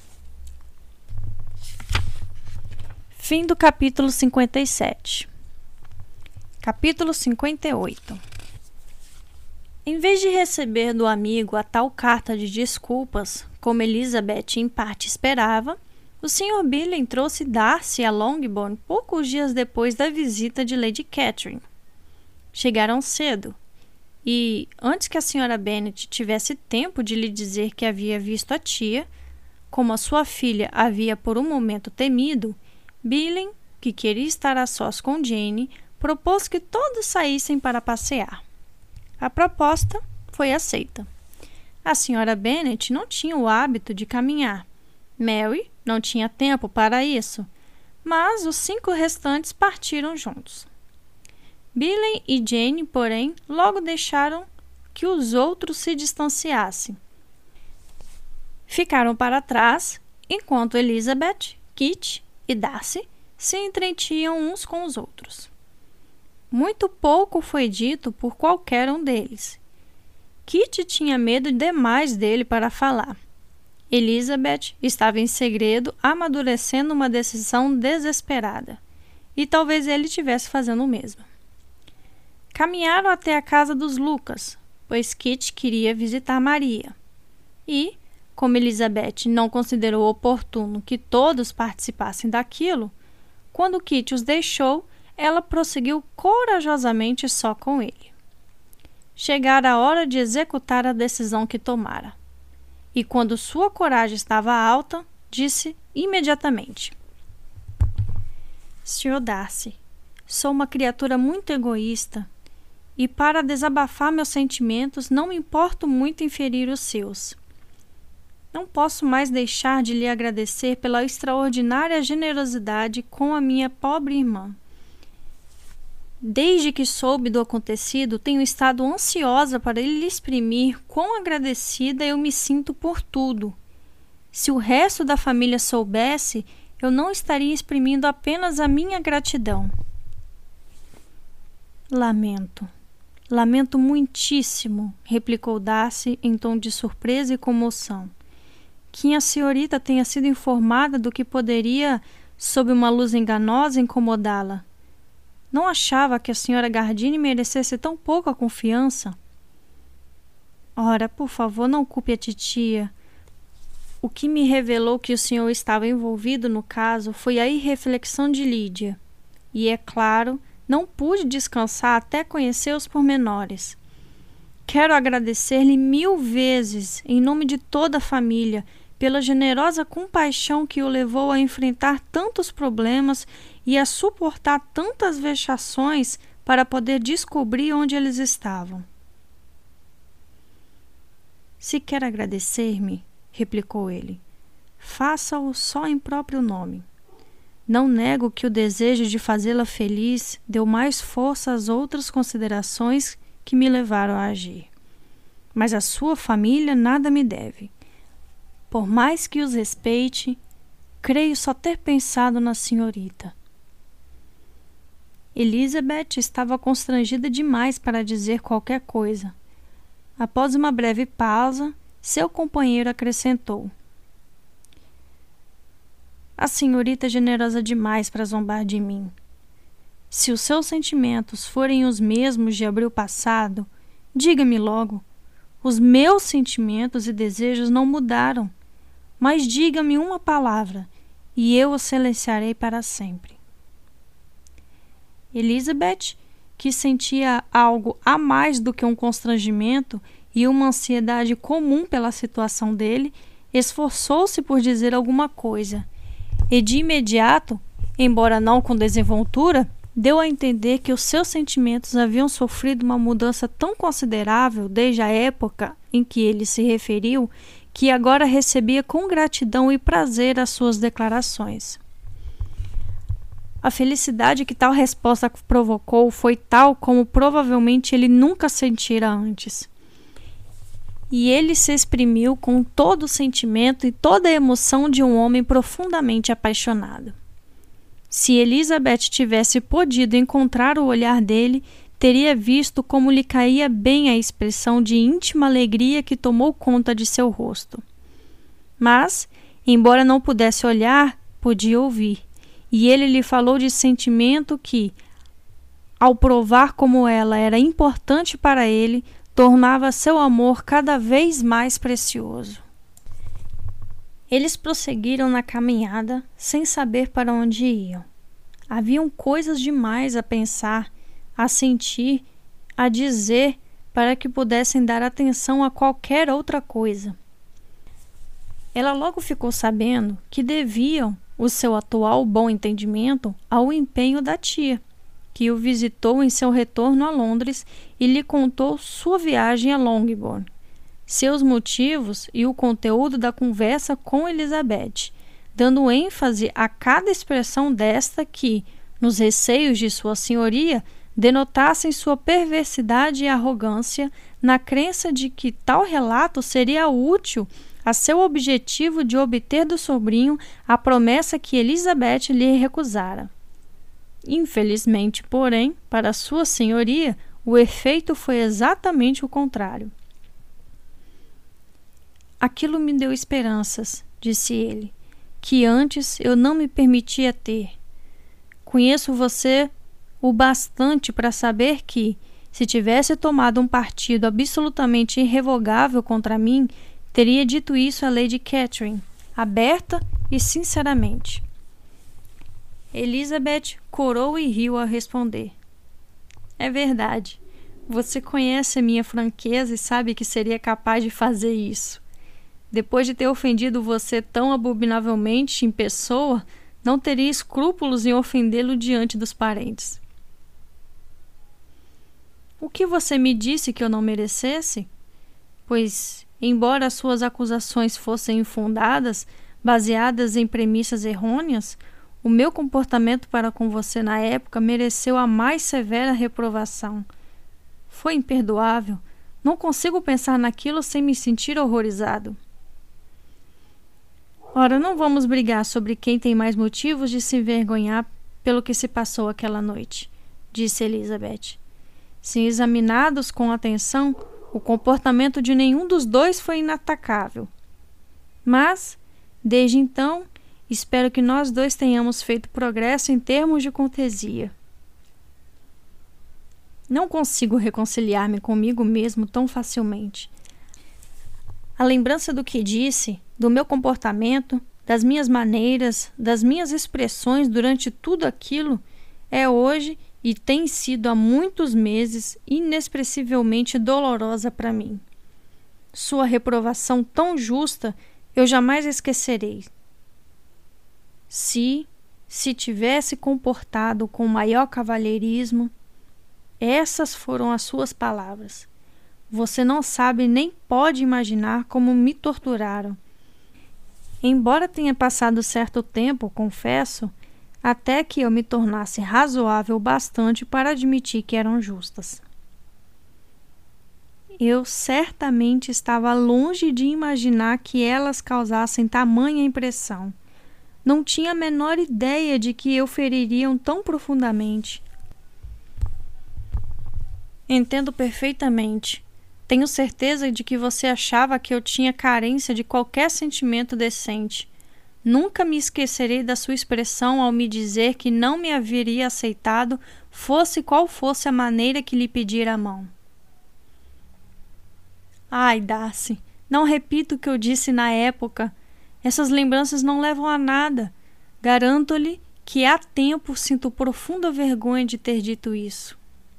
Fim do capítulo cinquenta e sete. Capítulo cinquenta e oito. Em vez de receber do amigo a tal carta de desculpas, como Elizabeth em parte esperava, o senhor Billing trouxe Darcy a Longbourn poucos dias depois da visita de Lady Catherine. Chegaram cedo, e, antes que a senhora Bennet tivesse tempo de lhe dizer que havia visto a tia, como a sua filha havia por um momento temido, Billing, que queria estar a sós com Jane, propôs que todos saíssem para passear. A proposta foi aceita. A senhora Bennet não tinha o hábito de caminhar. Mary não tinha tempo para isso, mas os cinco restantes partiram juntos. Billing e Jane, porém, logo deixaram que os outros se distanciassem. Ficaram para trás, enquanto Elizabeth, Kit e Darcy se entretinham uns com os outros. Muito pouco foi dito por qualquer um deles. Kit tinha medo demais dele para falar. Elizabeth estava em segredo amadurecendo uma decisão desesperada, e talvez ele estivesse fazendo o mesmo. Caminharam até a casa dos Lucas, pois Kit queria visitar Maria. E, como Elizabeth não considerou oportuno que todos participassem daquilo, quando Kit os deixou, ela prosseguiu corajosamente só com ele. Chegara a hora de executar a decisão que tomara. E quando sua coragem estava alta, disse imediatamente: senhor Darcy, sou uma criatura muito egoísta, e para desabafar meus sentimentos não me importo muito em ferir os seus. Não posso mais deixar de lhe agradecer pela extraordinária generosidade com a minha pobre irmã. Desde que soube do acontecido, tenho estado ansiosa para lhe exprimir quão agradecida eu me sinto por tudo. Se o resto da família soubesse, eu não estaria exprimindo apenas a minha gratidão. Lamento. Lamento muitíssimo, replicou Darcy em tom de surpresa e comoção, que a senhorita tenha sido informada do que poderia, sob uma luz enganosa, incomodá-la. Não achava que a senhora Gardine merecesse tão pouca confiança? Ora, por favor, não culpe a titia. O que me revelou que o senhor estava envolvido no caso foi a irreflexão de Lídia. E, é claro, Não pude descansar até conhecer os pormenores. Quero agradecer-lhe mil vezes, em nome de toda a família, pela generosa compaixão que o levou a enfrentar tantos problemas e a suportar tantas vexações para poder descobrir onde eles estavam. Se quer agradecer-me, replicou ele, faça-o só em próprio nome. Não nego que o desejo de fazê-la feliz deu mais força às outras considerações que me levaram a agir. Mas a sua família nada me deve. Por mais que os respeite, creio só ter pensado na senhorita. Elizabeth estava constrangida demais para dizer qualquer coisa. Após uma breve pausa, seu companheiro acrescentou: a senhorita é generosa demais para zombar de mim. Se os seus sentimentos forem os mesmos de abril passado, diga-me logo. Os meus sentimentos e desejos não mudaram, mas diga-me uma palavra, e eu o silenciarei para sempre. Elizabeth, que sentia algo a mais do que um constrangimento e uma ansiedade comum pela situação dele, esforçou-se por dizer alguma coisa, e de imediato, embora não com desenvoltura, deu a entender que os seus sentimentos haviam sofrido uma mudança tão considerável desde a época em que ele se referiu, que agora recebia com gratidão e prazer as suas declarações. A felicidade que tal resposta provocou foi tal como provavelmente ele nunca sentira antes. E ele se exprimiu com todo o sentimento e toda a emoção de um homem profundamente apaixonado. Se Elizabeth tivesse podido encontrar o olhar dele, teria visto como lhe caía bem a expressão de íntima alegria que tomou conta de seu rosto. Mas, embora não pudesse olhar, podia ouvir, e ele lhe falou de sentimento que, ao provar como ela era importante para ele, tornava seu amor cada vez mais precioso. Eles prosseguiram na caminhada, sem saber para onde iam. Haviam coisas demais a pensar, a sentir, a dizer, para que pudessem dar atenção a qualquer outra coisa. Ela logo ficou sabendo que deviam o seu atual bom entendimento ao empenho da tia, que o visitou em seu retorno a Londres e lhe contou sua viagem a Longbourn, seus motivos e o conteúdo da conversa com Elizabeth, dando ênfase a cada expressão desta que, nos receios de sua senhoria, denotassem sua perversidade e arrogância, na crença de que tal relato seria útil a seu objetivo de obter do sobrinho a promessa que Elizabeth lhe recusara. Infelizmente, porém, para sua senhoria, o efeito foi exatamente o contrário. Aquilo me deu esperanças, disse ele, que antes eu não me permitia ter. Conheço você o bastante para saber que, se tivesse tomado um partido absolutamente irrevogável contra mim, teria dito isso a Lady Catherine, aberta e sinceramente. Elizabeth corou e riu a responder. É verdade. Você conhece a minha franqueza e sabe que seria capaz de fazer isso. Depois de ter ofendido você tão abominavelmente em pessoa, não teria escrúpulos em ofendê-lo diante dos parentes. O que você me disse que eu não merecesse? Pois, embora as suas acusações fossem infundadas, baseadas em premissas errôneas, o meu comportamento para com você na época mereceu a mais severa reprovação. Foi imperdoável. Não consigo pensar naquilo sem me sentir horrorizado. Ora, não vamos brigar sobre quem tem mais motivos de se envergonhar pelo que se passou aquela noite, disse Elizabeth. Se examinados com atenção, o comportamento de nenhum dos dois foi inatacável. Mas, desde então, espero que nós dois tenhamos feito progresso em termos de cortesia. Não consigo reconciliar-me comigo mesmo tão facilmente. A lembrança do que disse, do meu comportamento, das minhas maneiras, das minhas expressões durante tudo aquilo, é hoje e tem sido há muitos meses inexpressivelmente dolorosa para mim. Sua reprovação tão justa eu jamais esquecerei. Se, se tivesse comportado com maior cavalheirismo, essas foram as suas palavras. Você não sabe nem pode imaginar como me torturaram. Embora tenha passado certo tempo, confesso, até que eu me tornasse razoável bastante para admitir que eram justas. Eu certamente estava longe de imaginar que elas causassem tamanha impressão. Não tinha a menor ideia de que eu feririam tão profundamente. Entendo perfeitamente. Tenho certeza de que você achava que eu tinha carência de qualquer sentimento decente. Nunca me esquecerei da sua expressão ao me dizer que não me haveria aceitado, fosse qual fosse a maneira que lhe pedira a mão. Ai, Darcy, não repito o que eu disse na época. Essas lembranças não levam a nada. Garanto-lhe que há tempo sinto profunda vergonha de ter dito isso.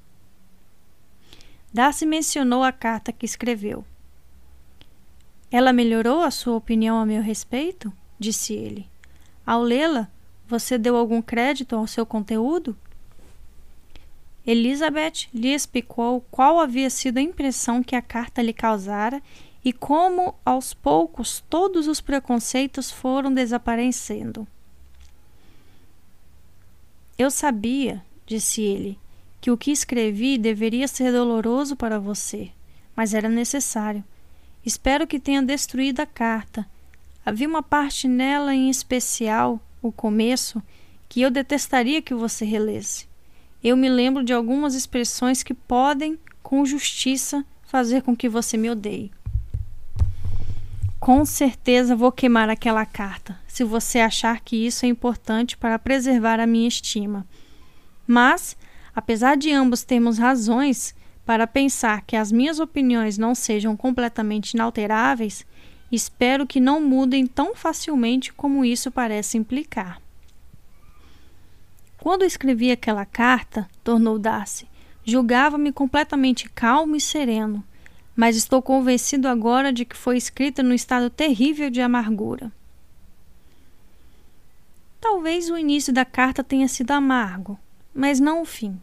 Darcy mencionou a carta que escreveu. Ela melhorou a sua opinião a meu respeito? Disse ele. Ao lê-la, você deu algum crédito ao seu conteúdo? Elizabeth lhe explicou qual havia sido a impressão que a carta lhe causara e como, aos poucos, todos os preconceitos foram desaparecendo. Eu sabia, disse ele, que o que escrevi deveria ser doloroso para você, mas era necessário. Espero que tenha destruído a carta. Havia uma parte nela em especial, o começo, que eu detestaria que você relesse. Eu me lembro de algumas expressões que podem, com justiça, fazer com que você me odeie. Com certeza vou queimar aquela carta, se você achar que isso é importante para preservar a minha estima. Mas, apesar de ambos termos razões para pensar que as minhas opiniões não sejam completamente inalteráveis, espero que não mudem tão facilmente como isso parece implicar. Quando escrevi aquela carta, tornou Darcy, julgava-me completamente calmo e sereno, mas estou convencido agora de que foi escrita num estado terrível de amargura. Talvez o início da carta tenha sido amargo, mas não o fim.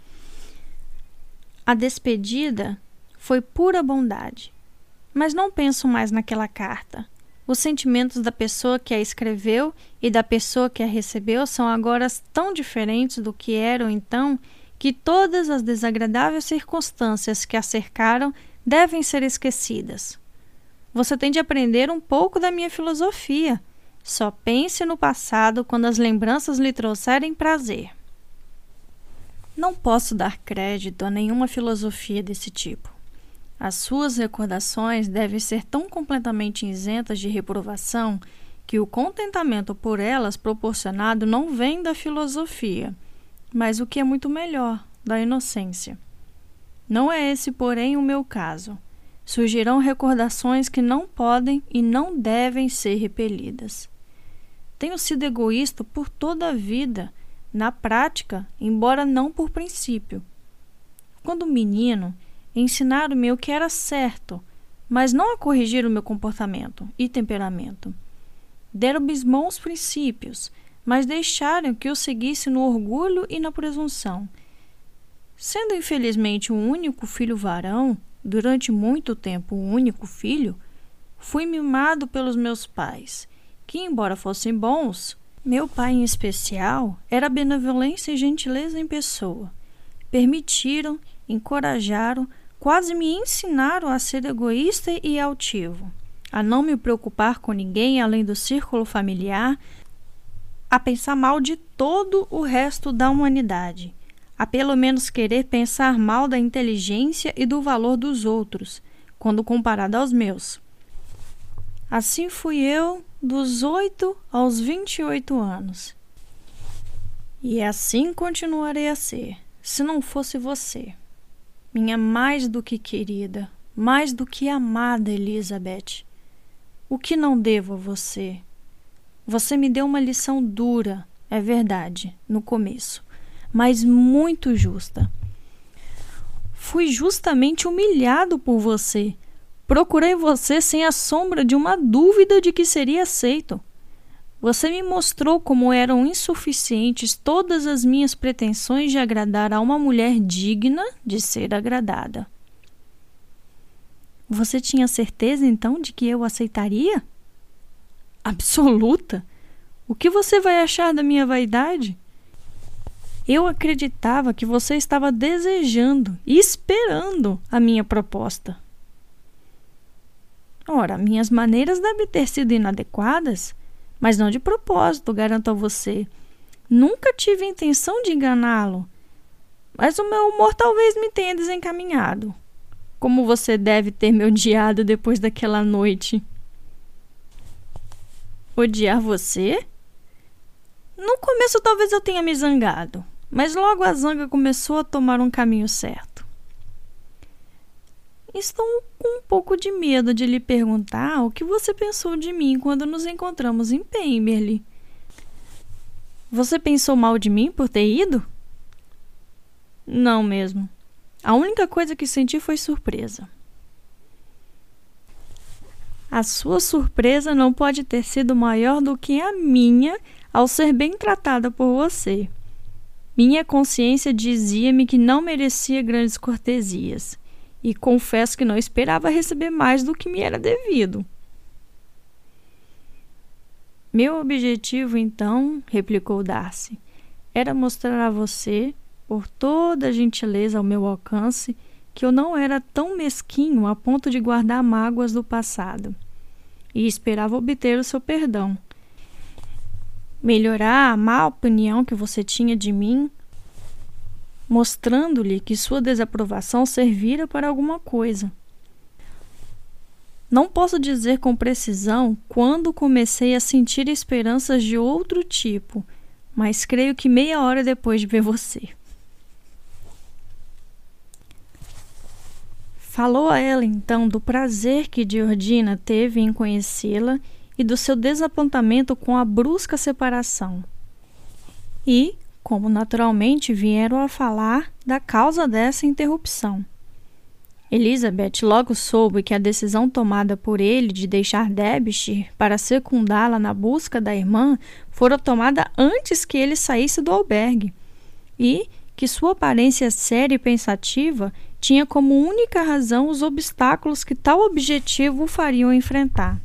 A despedida foi pura bondade, mas não penso mais naquela carta. Os sentimentos da pessoa que a escreveu e da pessoa que a recebeu são agora tão diferentes do que eram então que todas as desagradáveis circunstâncias que a cercaram devem ser esquecidas. Você tem de aprender um pouco da minha filosofia. Só pense no passado quando as lembranças lhe trouxerem prazer. Não posso dar crédito a nenhuma filosofia desse tipo. As suas recordações devem ser tão completamente isentas de reprovação que o contentamento por elas proporcionado não vem da filosofia, mas o que é muito melhor, da inocência. Não é esse, porém, o meu caso. Surgirão recordações que não podem e não devem ser repelidas. Tenho sido egoísta por toda a vida, na prática, embora não por princípio. Quando menino, ensinaram-me o que era certo, mas não a corrigir o meu comportamento e temperamento. Deram-me bons princípios, mas deixaram que eu seguisse no orgulho e na presunção. Sendo infelizmente o único filho varão, durante muito tempo o único filho, fui mimado pelos meus pais, que, embora fossem bons, meu pai em especial era benevolência e gentileza em pessoa. Permitiram, encorajaram, quase me ensinaram a ser egoísta e altivo, a não me preocupar com ninguém além do círculo familiar, a pensar mal de todo o resto da humanidade, a pelo menos querer pensar mal da inteligência e do valor dos outros, quando comparado aos meus. Assim fui eu dos oito aos vinte e oito anos. E assim continuarei a ser, se não fosse você, minha mais do que querida, mais do que amada Elizabeth. O que não devo a você? Você me deu uma lição dura, é verdade, no começo, mas muito justa. Fui justamente humilhado por você. Procurei você sem a sombra de uma dúvida de que seria aceito. Você me mostrou como eram insuficientes todas as minhas pretensões de agradar a uma mulher digna de ser agradada. Você tinha certeza, então, de que eu aceitaria? Absoluta? O que você vai achar da minha vaidade? Eu acreditava que você estava desejando e esperando a minha proposta. Ora, minhas maneiras devem ter sido inadequadas, mas não de propósito, garanto a você. Nunca tive a intenção de enganá-lo, mas o meu humor talvez me tenha desencaminhado. Como você deve ter me odiado depois daquela noite. Odiar você? No começo talvez eu tenha me zangado, mas logo a zanga começou a tomar um caminho certo. Estou com um pouco de medo de lhe perguntar o que você pensou de mim quando nos encontramos em Pemberley. Você pensou mal de mim por ter ido? Não mesmo. A única coisa que senti foi surpresa. A sua surpresa não pode ter sido maior do que a minha ao ser bem tratada por você. Minha consciência dizia-me que não merecia grandes cortesias, e confesso que não esperava receber mais do que me era devido. Meu objetivo, então, replicou Darcy, era mostrar a você, por toda a gentileza ao meu alcance, que eu não era tão mesquinho a ponto de guardar mágoas do passado, e esperava obter o seu perdão. Melhorar a má opinião que você tinha de mim, mostrando-lhe que sua desaprovação servira para alguma coisa. Não posso dizer com precisão quando comecei a sentir esperanças de outro tipo, mas creio que meia hora depois de ver você. Falou a ela, então, do prazer que Georgina teve em conhecê-la e do seu desapontamento com a brusca separação. E, como naturalmente vieram a falar da causa dessa interrupção. Elizabeth logo soube que a decisão tomada por ele de deixar Derbyshire para secundá-la na busca da irmã fora tomada antes que ele saísse do albergue, e que sua aparência séria e pensativa tinha como única razão os obstáculos que tal objetivo o fariam enfrentar.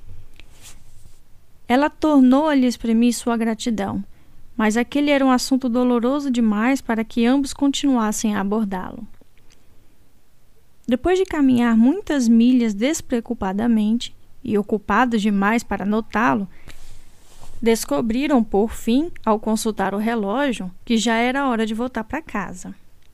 Ela tornou a lhe exprimir sua gratidão, mas aquele era um assunto doloroso demais para que ambos continuassem a abordá-lo. Depois de caminhar muitas milhas despreocupadamente e ocupados demais para notá-lo, descobriram, por fim, ao consultar o relógio, que já era hora de voltar para casa.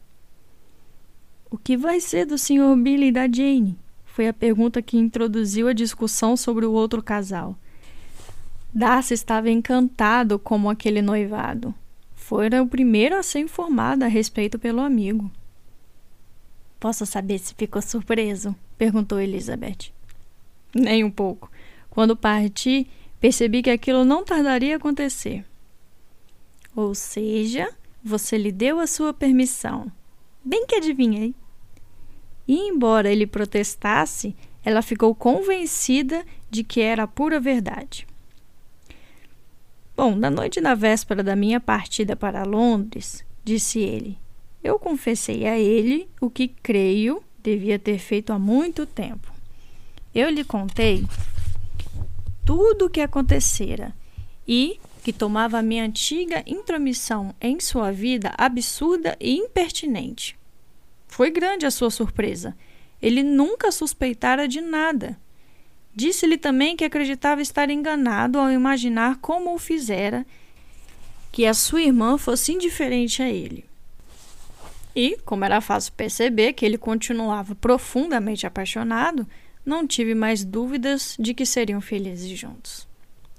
O que vai ser do senhor Billy e da Jane? Foi a pergunta que introduziu a discussão sobre o outro casal. Darcy estava encantado com aquele noivado. Fora o primeiro a ser informado a respeito pelo amigo. Posso saber se ficou surpreso? Perguntou Elizabeth. Nem um pouco. Quando parti, percebi que aquilo não tardaria a acontecer. Ou seja, você lhe deu a sua permissão. Bem que adivinhei. E embora ele protestasse, ela ficou convencida de que era a pura verdade. Bom, na noite da véspera da minha partida para Londres, disse ele, eu confessei a ele o que creio devia ter feito há muito tempo. Eu lhe contei tudo o que acontecera e que tomava a minha antiga intromissão em sua vida absurda e impertinente. Foi grande a sua surpresa. Ele nunca suspeitara de nada. Disse-lhe também que acreditava estar enganado ao imaginar como o fizera, que a sua irmã fosse indiferente a ele. E, como era fácil perceber que ele continuava profundamente apaixonado, não tive mais dúvidas de que seriam felizes juntos.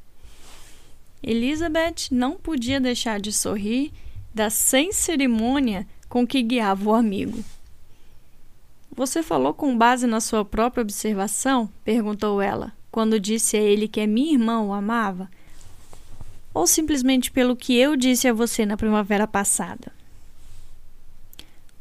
Elizabeth não podia deixar de sorrir da sem cerimônia com que guiava o amigo. Você falou com base na sua própria observação? Perguntou ela, quando disse a ele que a minha irmã o amava? Ou simplesmente pelo que eu disse a você na primavera passada?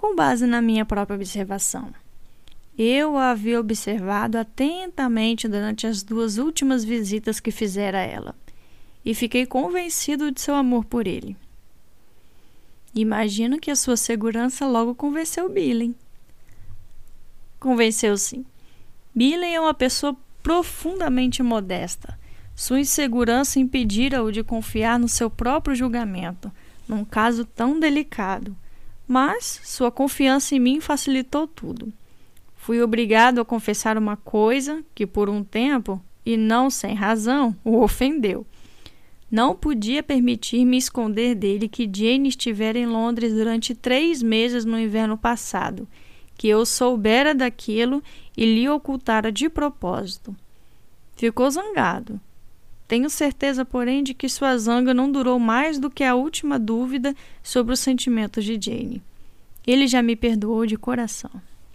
com base na minha própria observação. Eu a havia observado atentamente durante as duas últimas visitas que fizera a ela, e fiquei convencido de seu amor por ele. Imagino que a sua segurança logo convenceu Billen. Convenceu sim. Billen é uma pessoa profundamente modesta. Sua insegurança impedira-o de confiar no seu próprio julgamento, num caso tão delicado. Mas sua confiança em mim facilitou tudo. Fui obrigado a confessar uma coisa que, por um tempo, e não sem razão, o ofendeu. Não podia permitir-me esconder dele que Jane estivera em Londres durante três meses no inverno passado, que eu soubera daquilo e lhe ocultara de propósito. Ficou zangado. Tenho certeza, porém, de que sua zanga não durou mais do que a última dúvida sobre os sentimentos de Jane. Ele já me perdoou de coração.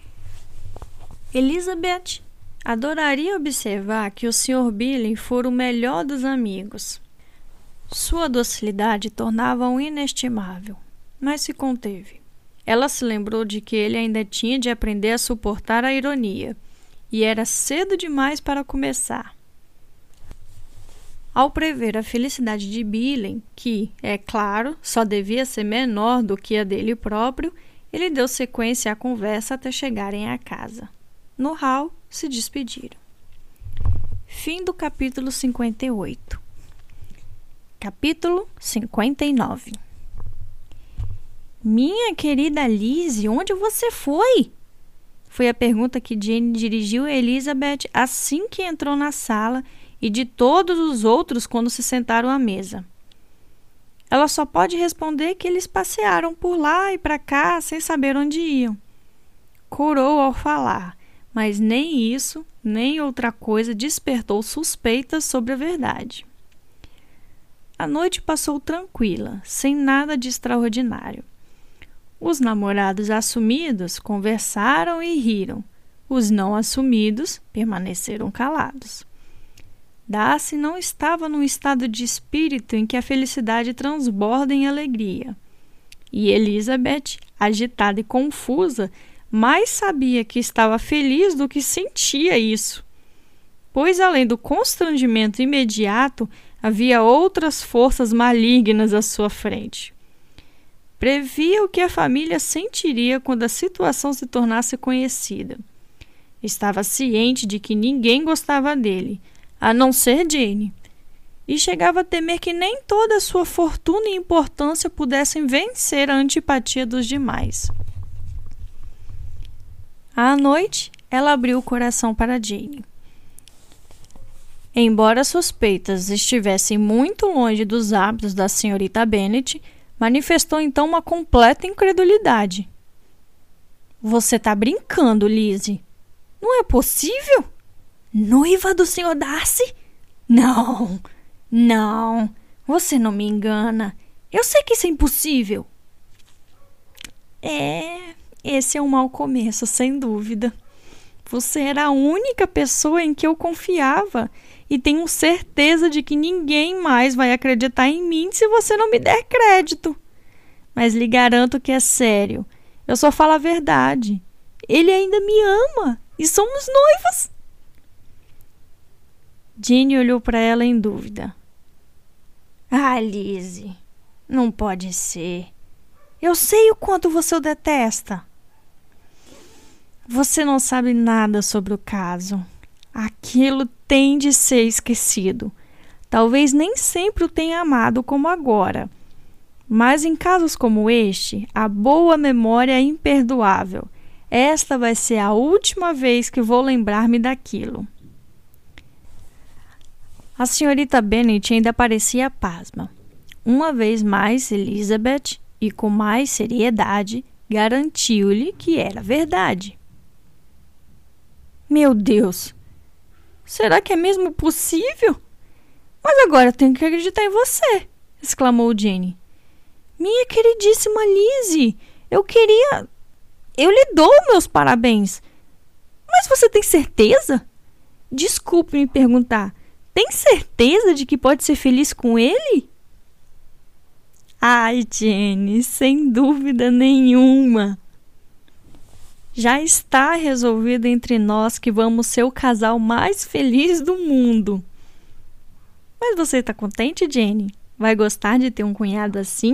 Elizabeth adoraria observar que o senhor Billen fora o melhor dos amigos. Sua docilidade tornava-o inestimável, mas se conteve. Ela se lembrou de que ele ainda tinha de aprender a suportar a ironia, e era cedo demais para começar. Ao prever a felicidade de Billen, que, é claro, só devia ser menor do que a dele próprio, ele deu sequência à conversa até chegarem à casa. No hall, se despediram. Fim do capítulo cinquenta e oito. Capítulo cinquenta e nove. Minha querida Lizzie, onde você foi? Foi a pergunta que Jane dirigiu a Elizabeth assim que entrou na sala e de todos os outros quando se sentaram à mesa. Ela só pode responder que eles passearam por lá e para cá sem saber onde iam. Corou ao falar, mas nem isso, nem outra coisa despertou suspeitas sobre a verdade. A noite passou tranquila, sem nada de extraordinário. Os namorados assumidos conversaram e riram. Os não assumidos permaneceram calados. Darcy não estava num estado de espírito em que a felicidade transborda em alegria. E Elizabeth, agitada e confusa, mais sabia que estava feliz do que sentia isso. Pois, além do constrangimento imediato, havia outras forças malignas à sua frente. Previa o que a família sentiria quando a situação se tornasse conhecida. Estava ciente de que ninguém gostava dele, a não ser Jane, e chegava a temer que nem toda a sua fortuna e importância pudessem vencer a antipatia dos demais. À noite, ela abriu o coração para Jane. Embora suspeitas estivessem muito longe dos hábitos da senhorita Bennet, manifestou então uma completa incredulidade. Você está brincando, Lizzie? Não é possível? Noiva do senhor Darcy? Não, não, você não me engana. Eu sei que isso é impossível. É, esse é um mau começo, sem dúvida. Você era a única pessoa em que eu confiava e tenho certeza de que ninguém mais vai acreditar em mim se você não me der crédito. Mas lhe garanto que é sério. Eu só falo a verdade. Ele ainda me ama e somos noivos. Jane olhou para ela em dúvida. Ah, Lizzie, não pode ser. Eu sei o quanto você o detesta. Você não sabe nada sobre o caso. Aquilo tem de ser esquecido. Talvez nem sempre o tenha amado como agora. Mas em casos como este, a boa memória é imperdoável. Esta vai ser a última vez que vou lembrar-me daquilo. A senhorita Bennet ainda parecia pasma. Uma vez mais, Elizabeth, e com mais seriedade, garantiu-lhe que era verdade. Meu Deus! Será que é mesmo possível? Mas agora tenho que acreditar em você, exclamou Jane. Minha queridíssima Lizzie, eu queria... Eu lhe dou meus parabéns. Mas você tem certeza? Desculpe me perguntar, tem certeza de que pode ser feliz com ele? Ai, Jane, sem dúvida nenhuma. Já está resolvido entre nós que vamos ser o casal mais feliz do mundo. Mas você está contente, Jenny? Vai gostar de ter um cunhado assim?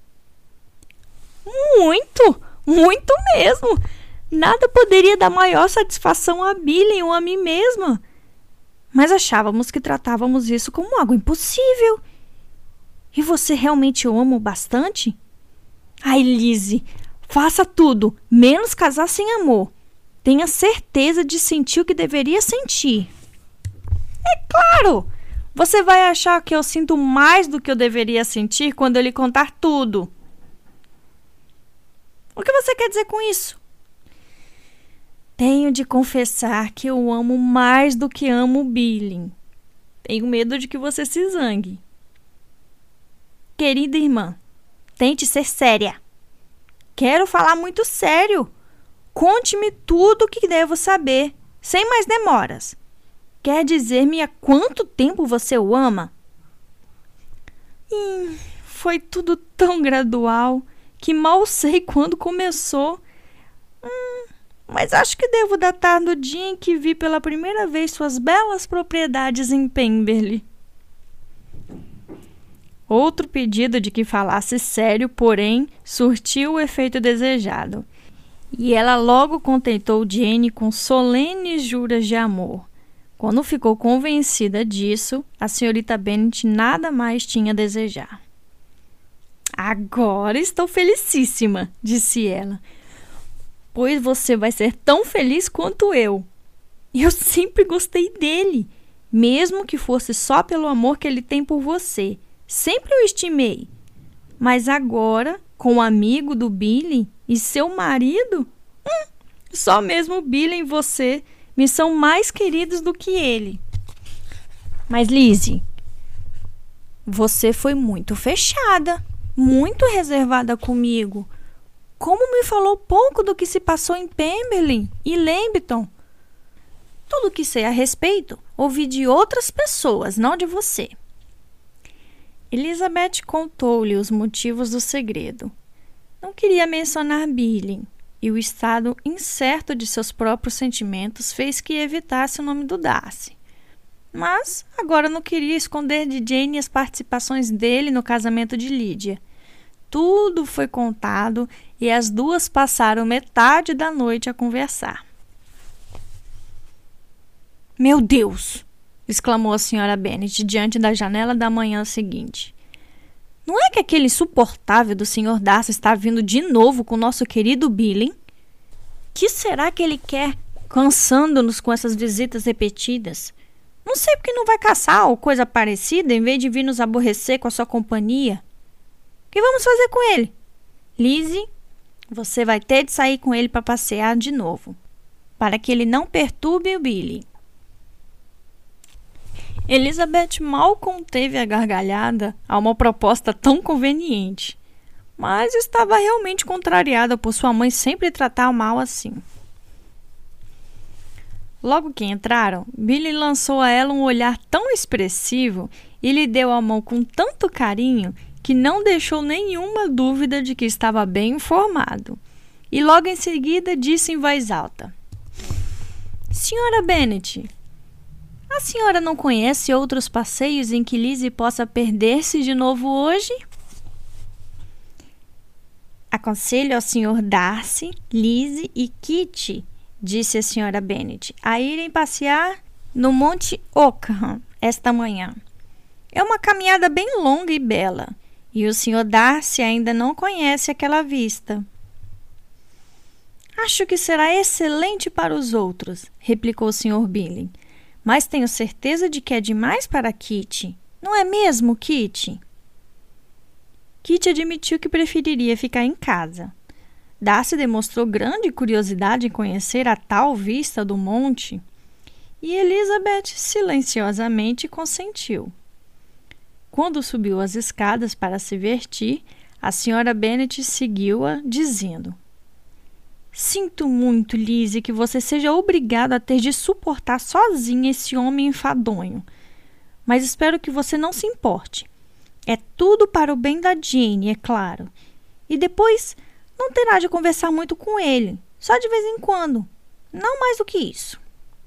Muito, muito mesmo. Nada poderia dar maior satisfação a Billy ou a mim mesma. Mas achávamos que tratávamos isso como algo impossível. E você realmente o ama bastante? Ai, Lizzie, faça tudo, menos casar sem amor. Tenha certeza de sentir o que deveria sentir. É claro! Você vai achar que eu sinto mais do que eu deveria sentir quando eu lhe contar tudo. O que você quer dizer com isso? Tenho de confessar que eu amo mais do que amo o Billy. Tenho medo de que você se zangue. Querida irmã, tente ser séria. Quero falar muito sério. Conte-me tudo o que devo saber, sem mais demoras. Quer dizer-me há quanto tempo você o ama? Hum, foi tudo tão gradual que mal sei quando começou. Hum, mas acho que devo datar do dia em que vi pela primeira vez suas belas propriedades em Pemberley. Outro pedido de que falasse sério, porém, surtiu o efeito desejado. E ela logo contentou Jenny com solenes juras de amor. Quando ficou convencida disso, a senhorita Bennet nada mais tinha a desejar. Agora estou felicíssima, disse ela, pois você vai ser tão feliz quanto eu. Eu sempre gostei dele, mesmo que fosse só pelo amor que ele tem por você. Sempre o estimei. Mas agora, com o amigo do Billy e seu marido, hum, só mesmo o Billy e você me são mais queridos do que ele. Mas, Lizzie, você foi muito fechada, muito reservada comigo. Como me falou pouco do que se passou em Pemberley e Lambton. Tudo o que sei a respeito, ouvi de outras pessoas, não de você. Elizabeth contou-lhe os motivos do segredo. Não queria mencionar Billy, e o estado incerto de seus próprios sentimentos fez que evitasse o nome do Darcy. Mas agora não queria esconder de Jane as participações dele no casamento de Lydia. Tudo foi contado e as duas passaram metade da noite a conversar. Meu Deus! Exclamou a senhora Bennet diante da janela da manhã seguinte. Não é que aquele insuportável do senhor Darcy está vindo de novo com o nosso querido Billy? Que será que ele quer, cansando-nos com essas visitas repetidas? Não sei porque não vai caçar ou coisa parecida em vez de vir nos aborrecer com a sua companhia. O que vamos fazer com ele? Lizzie, você vai ter de sair com ele para passear de novo, para que ele não perturbe o Billy. Elizabeth mal conteve a gargalhada a uma proposta tão conveniente, mas estava realmente contrariada por sua mãe sempre tratar mal assim. Logo que entraram, Billy lançou a ela um olhar tão expressivo e lhe deu a mão com tanto carinho que não deixou nenhuma dúvida de que estava bem informado. E logo em seguida disse em voz alta: Senhora Bennet, a senhora não conhece outros passeios em que Lizzie possa perder-se de novo hoje? Aconselho ao senhor Darcy, Lizzie e Kitty, disse a senhora Bennet, a irem passear no Monte Oakham esta manhã. É uma caminhada bem longa e bela, e o senhor Darcy ainda não conhece aquela vista. Acho que será excelente para os outros, replicou o senhor Billy. Mas tenho certeza de que é demais para Kitty. Não é mesmo, Kitty? Kitty admitiu que preferiria ficar em casa. Darcy demonstrou grande curiosidade em conhecer a tal vista do monte, e Elizabeth silenciosamente consentiu. Quando subiu as escadas para se vestir, a senhora Bennet seguiu-a, dizendo: Sinto muito, Lizzie, que você seja obrigada a ter de suportar sozinha esse homem enfadonho. Mas espero que você não se importe. É tudo para o bem da Jane, é claro. E depois não terá de conversar muito com ele. Só de vez em quando, não mais do que isso.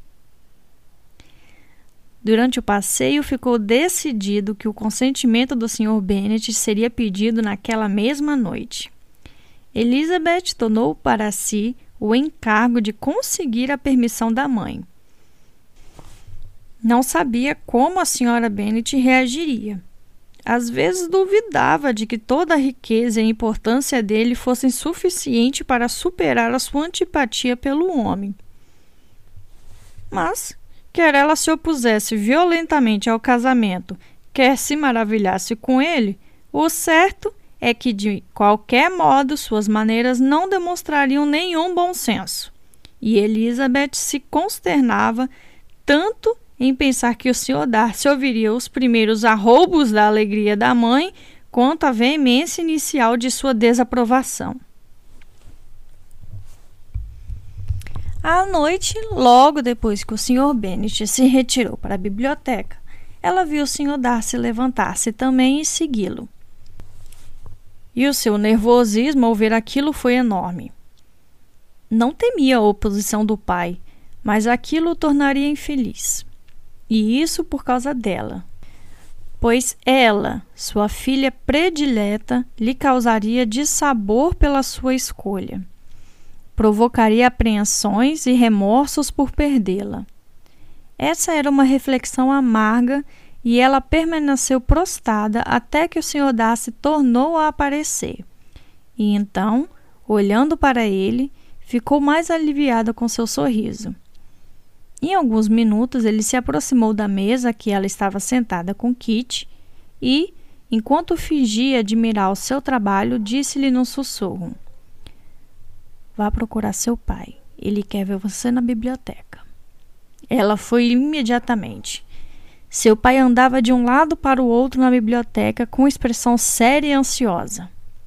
Durante o passeio, ficou decidido que o consentimento do senhor Bennet seria pedido naquela mesma noite. Elizabeth tomou para si o encargo de conseguir a permissão da mãe. Não sabia como a senhora Bennet reagiria. Às vezes duvidava de que toda a riqueza e a importância dele fossem suficiente para superar a sua antipatia pelo homem. Mas, quer ela se opusesse violentamente ao casamento, quer se maravilhasse com ele, o certo é que, de qualquer modo, suas maneiras não demonstrariam nenhum bom senso. E Elizabeth se consternava tanto em pensar que o senhor Darcy ouviria os primeiros arroubos da alegria da mãe, quanto a veemência inicial de sua desaprovação. À noite, logo depois que o senhor Bennet se retirou para a biblioteca, ela viu o senhor Darcy levantar-se também e segui-lo. E o seu nervosismo ao ver aquilo foi enorme. Não temia a oposição do pai, mas aquilo o tornaria infeliz. E isso por causa dela, pois ela, sua filha predileta, lhe causaria dissabor pela sua escolha. Provocaria apreensões e remorsos por perdê-la. Essa era uma reflexão amarga e ela permaneceu prostrada até que o senhor Darcy tornou a aparecer. E então, olhando para ele, ficou mais aliviada com seu sorriso. Em alguns minutos, ele se aproximou da mesa a que ela estava sentada com Kitty e, enquanto fingia admirar o seu trabalho, disse-lhe num sussurro: "Vá procurar seu pai. Ele quer ver você na biblioteca." Ela foi imediatamente. Seu pai andava de um lado para o outro na biblioteca com expressão séria e ansiosa.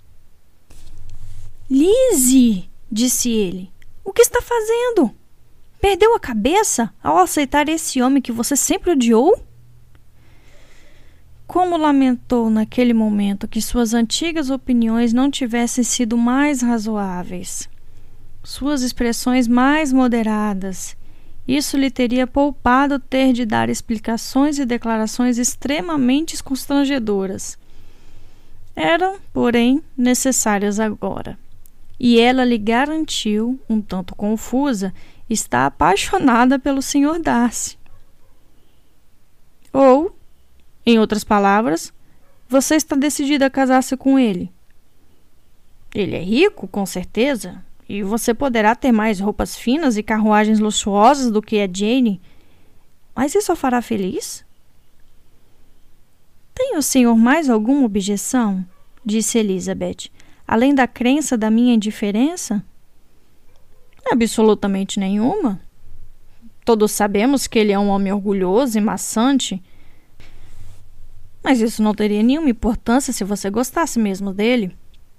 "Lizzie", disse ele, "o que está fazendo? Perdeu a cabeça ao aceitar esse homem que você sempre odiou?" Como lamentou naquele momento que suas antigas opiniões não tivessem sido mais razoáveis, suas expressões mais moderadas. Isso lhe teria poupado ter de dar explicações e declarações extremamente constrangedoras. Eram, porém, necessárias agora. E ela lhe garantiu, um tanto confusa, estar apaixonada pelo senhor Darcy. Ou, em outras palavras, você está decidida a casar-se com ele. Ele é rico, com certeza, e você poderá ter mais roupas finas e carruagens luxuosas do que a Jane. Mas isso a fará feliz? Tem o senhor mais alguma objeção? Disse Elizabeth, além da crença da minha indiferença? Absolutamente nenhuma. Todos sabemos que ele é um homem orgulhoso e maçante. Mas isso não teria nenhuma importância se você gostasse mesmo dele.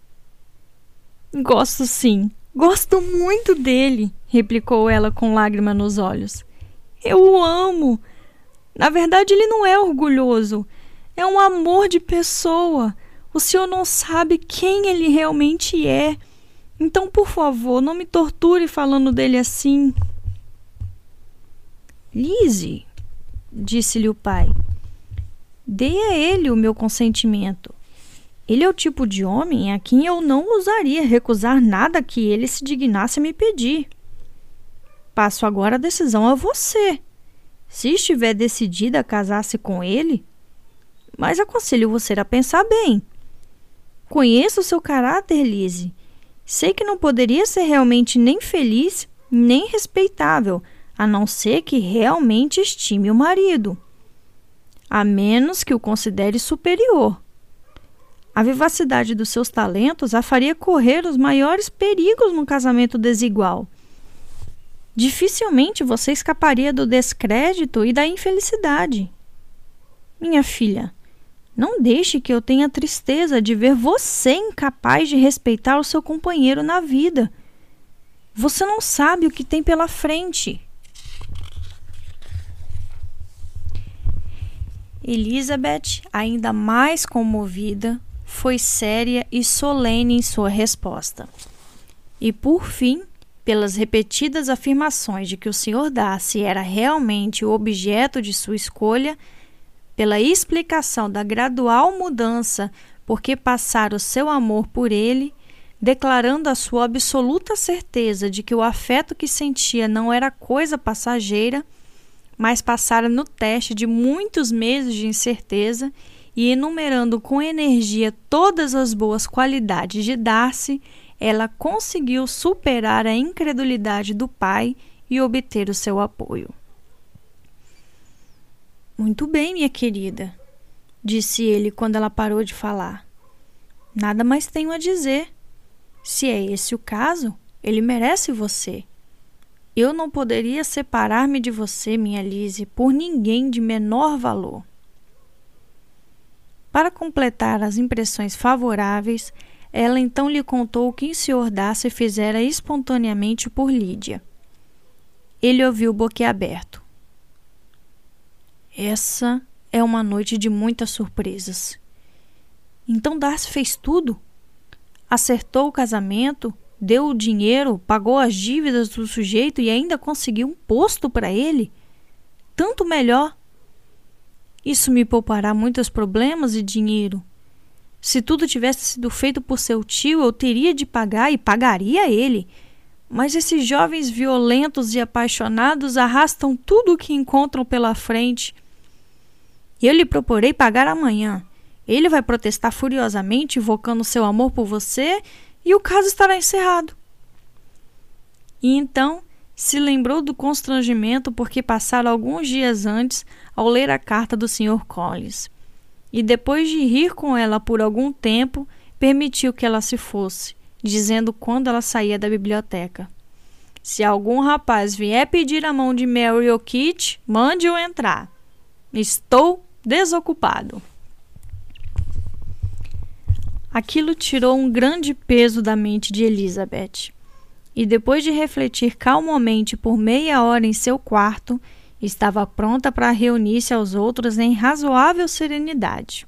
Gosto sim, gosto muito dele, replicou ela com lágrima nos olhos. Eu o amo. Na verdade, ele não é orgulhoso. É um amor de pessoa. O senhor não sabe quem ele realmente é. Então, por favor, não me torture falando dele assim. Lizzie, disse-lhe o pai, dê a ele o meu consentimento. Ele é o tipo de homem a quem eu não ousaria recusar nada que ele se dignasse a me pedir. Passo agora a decisão a você. Se estiver decidida a casar-se com ele, mas aconselho você a pensar bem. Conheço o seu caráter, Lizzie. Sei que não poderia ser realmente nem feliz, nem respeitável, a não ser que realmente estime o marido. A menos que o considere superior. A vivacidade dos seus talentos a faria correr os maiores perigos num casamento desigual. Dificilmente você escaparia do descrédito e da infelicidade. Minha filha, não deixe que eu tenha tristeza de ver você incapaz de respeitar o seu companheiro na vida. Você não sabe o que tem pela frente. Elizabeth, ainda mais comovida, foi séria e solene em sua resposta. E, por fim, pelas repetidas afirmações de que o senhor Darcy era realmente o objeto de sua escolha, pela explicação da gradual mudança porque passara o seu amor por ele, declarando a sua absoluta certeza de que o afeto que sentia não era coisa passageira, mas passara no teste de muitos meses de incerteza, e enumerando com energia todas as boas qualidades de Darcy, ela conseguiu superar a incredulidade do pai e obter o seu apoio. Muito bem, minha querida, disse ele quando ela parou de falar. Nada mais tenho a dizer. Se é esse o caso, ele merece você. Eu não poderia separar-me de você, minha Lizzie, por ninguém de menor valor. Para completar as impressões favoráveis, ela então lhe contou o que o senhor Darcy fizera espontaneamente por Lídia. Ele ouviu boquiaberto. Essa é uma noite de muitas surpresas. Então Darcy fez tudo? Acertou o casamento, deu o dinheiro, pagou as dívidas do sujeito e ainda conseguiu um posto para ele? Tanto melhor. Isso me poupará muitos problemas e dinheiro. Se tudo tivesse sido feito por seu tio, eu teria de pagar e pagaria ele. Mas esses jovens violentos e apaixonados arrastam tudo o que encontram pela frente. Eu lhe proporei pagar amanhã. Ele vai protestar furiosamente, invocando seu amor por você, e o caso estará encerrado. E então se lembrou do constrangimento porque passara alguns dias antes ao ler a carta do senhor Collins. E depois de rir com ela por algum tempo, permitiu que ela se fosse, dizendo quando ela saía da biblioteca: se algum rapaz vier pedir a mão de Mary ou Kit, mande-o entrar. Estou desocupado. Aquilo tirou um grande peso da mente de Elizabeth, e depois de refletir calmamente por meia hora em seu quarto, estava pronta para reunir-se aos outros em razoável serenidade.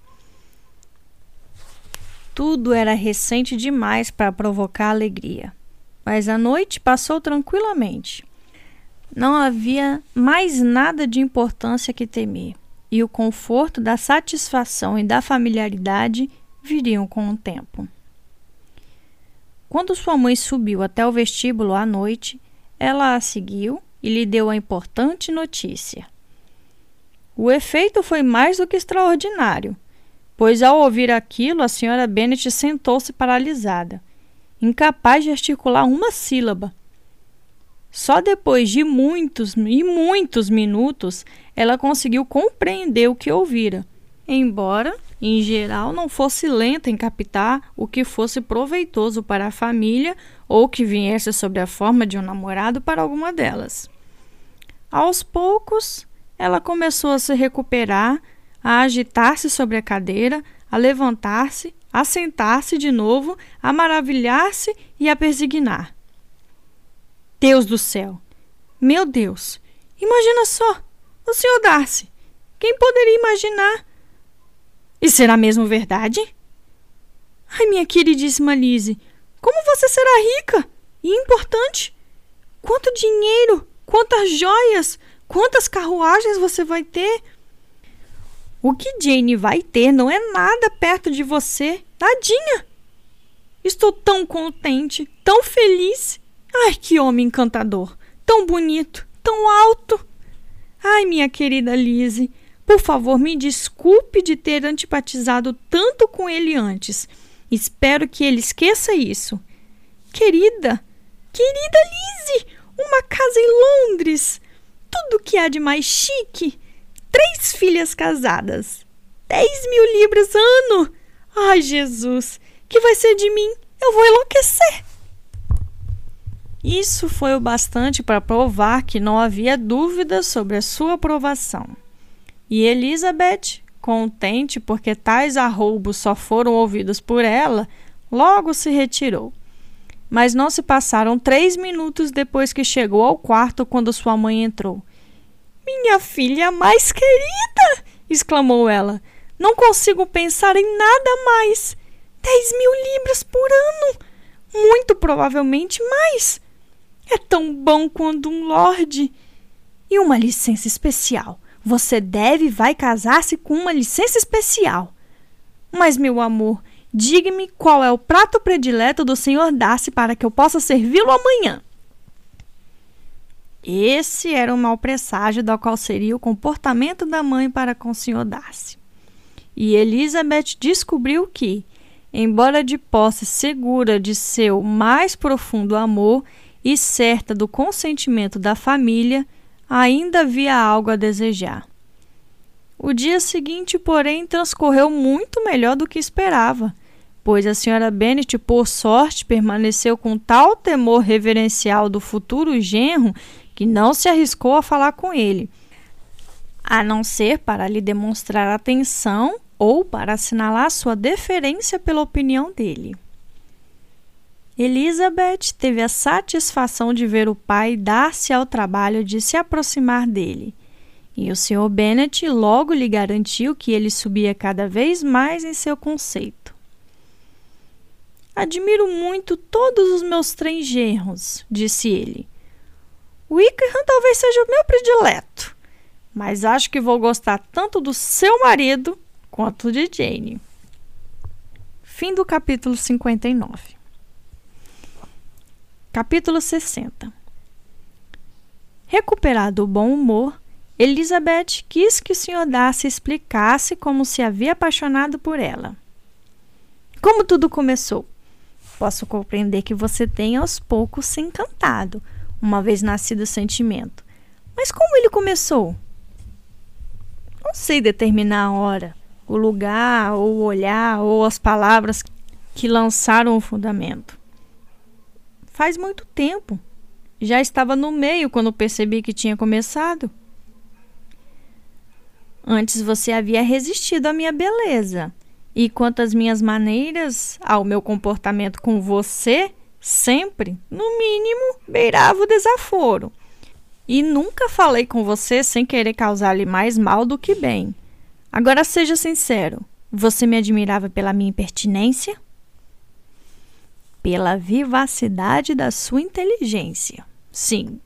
Tudo era recente demais para provocar alegria, mas a noite passou tranquilamente. Não havia mais nada de importância que temer, e o conforto da satisfação e da familiaridade viriam com o tempo. Quando sua mãe subiu até o vestíbulo à noite, ela a seguiu e lhe deu a importante notícia. O efeito foi mais do que extraordinário, pois ao ouvir aquilo a senhora Bennet sentou-se paralisada, incapaz de articular uma sílaba. Só depois de muitos e muitos minutos ela conseguiu compreender o que ouvira, embora, em geral, não fosse lenta em captar o que fosse proveitoso para a família ou que viesse sob a forma de um namorado para alguma delas. Aos poucos, ela começou a se recuperar, a agitar-se sobre a cadeira, a levantar-se, a sentar-se de novo, a maravilhar-se e a persignar. Deus do céu! Meu Deus! Imagina só! O senhor Darcy! Quem poderia imaginar? E será mesmo verdade? Ai, minha queridíssima Lizzie, como você será rica e importante! Quanto dinheiro, quantas joias, quantas carruagens você vai ter! O que Jane vai ter não é nada perto de você, nadinha! Estou tão contente, tão feliz! Ai, que homem encantador! Tão bonito, tão alto! Ai, minha querida Lizzie, por favor, me desculpe de ter antipatizado tanto com ele antes. Espero que ele esqueça isso. Querida, querida Lizzie, uma casa em Londres, tudo que há de mais chique, três filhas casadas, dez mil libras ano. Ai, Jesus, que vai ser de mim? Eu vou enlouquecer. Isso foi o bastante para provar que não havia dúvida sobre a sua aprovação. E Elizabeth, contente porque tais arroubos só foram ouvidos por ela, logo se retirou. Mas não se passaram três minutos depois que chegou ao quarto quando sua mãe entrou. Minha filha mais querida! Exclamou ela. Não consigo pensar em nada mais. Dez mil libras por ano! Muito provavelmente mais. É tão bom quando um lorde. E uma licença especial. Você deve e vai casar-se com uma licença especial. Mas, meu amor, diga-me qual é o prato predileto do senhor Darcy para que eu possa servi-lo amanhã. Esse era um mau presságio do qual seria o comportamento da mãe para com o senhor Darcy. E Elizabeth descobriu que, embora de posse segura de seu mais profundo amor e certa do consentimento da família, ainda havia algo a desejar. O dia seguinte, porém, transcorreu muito melhor do que esperava, pois a senhora Bennet, por sorte, permaneceu com tal temor reverencial do futuro genro que não se arriscou a falar com ele, a não ser para lhe demonstrar atenção ou para assinalar sua deferência pela opinião dele. Elizabeth teve a satisfação de ver o pai dar-se ao trabalho de se aproximar dele, e o senhor Bennet logo lhe garantiu que ele subia cada vez mais em seu conceito. Admiro muito todos os meus três genros, disse ele. Wickham talvez seja o meu predileto, mas acho que vou gostar tanto do seu marido quanto de Jane. Fim do capítulo cinquenta e nove. Capítulo sessenta. Recuperado o bom humor, Elizabeth quis que o senhor Darcy explicasse como se havia apaixonado por ela. Como tudo começou? Posso compreender que você tenha aos poucos se encantado, uma vez nascido o sentimento. Mas como ele começou? Não sei determinar a hora, o lugar, ou o olhar, ou as palavras que lançaram o fundamento. Faz muito tempo. Já estava no meio quando percebi que tinha começado. Antes você havia resistido à minha beleza. E quanto às minhas maneiras, ao meu comportamento com você, sempre, no mínimo, beirava o desaforo. E nunca falei com você sem querer causar-lhe mais mal do que bem. Agora seja sincero, você me admirava pela minha impertinência? Pela vivacidade da sua inteligência, sim.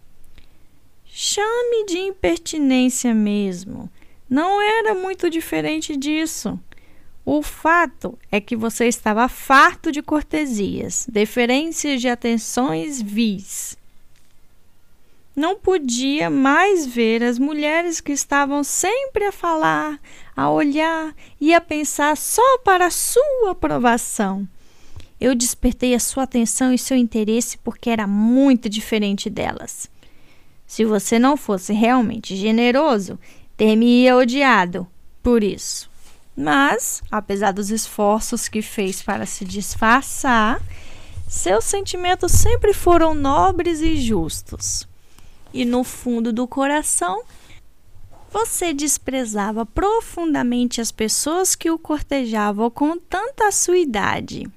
Chame de impertinência mesmo. Não era muito diferente disso. O fato é que você estava farto de cortesias, deferências de atenções vis. Não podia mais ver as mulheres que estavam sempre a falar, a olhar e a pensar só para a sua aprovação. Eu despertei a sua atenção e seu interesse porque era muito diferente delas. Se você não fosse realmente generoso, ter-me-ia odiado por isso. Mas, apesar dos esforços que fez para se disfarçar, seus sentimentos sempre foram nobres e justos. E no fundo do coração, você desprezava profundamente as pessoas que o cortejavam com tanta assiduidade.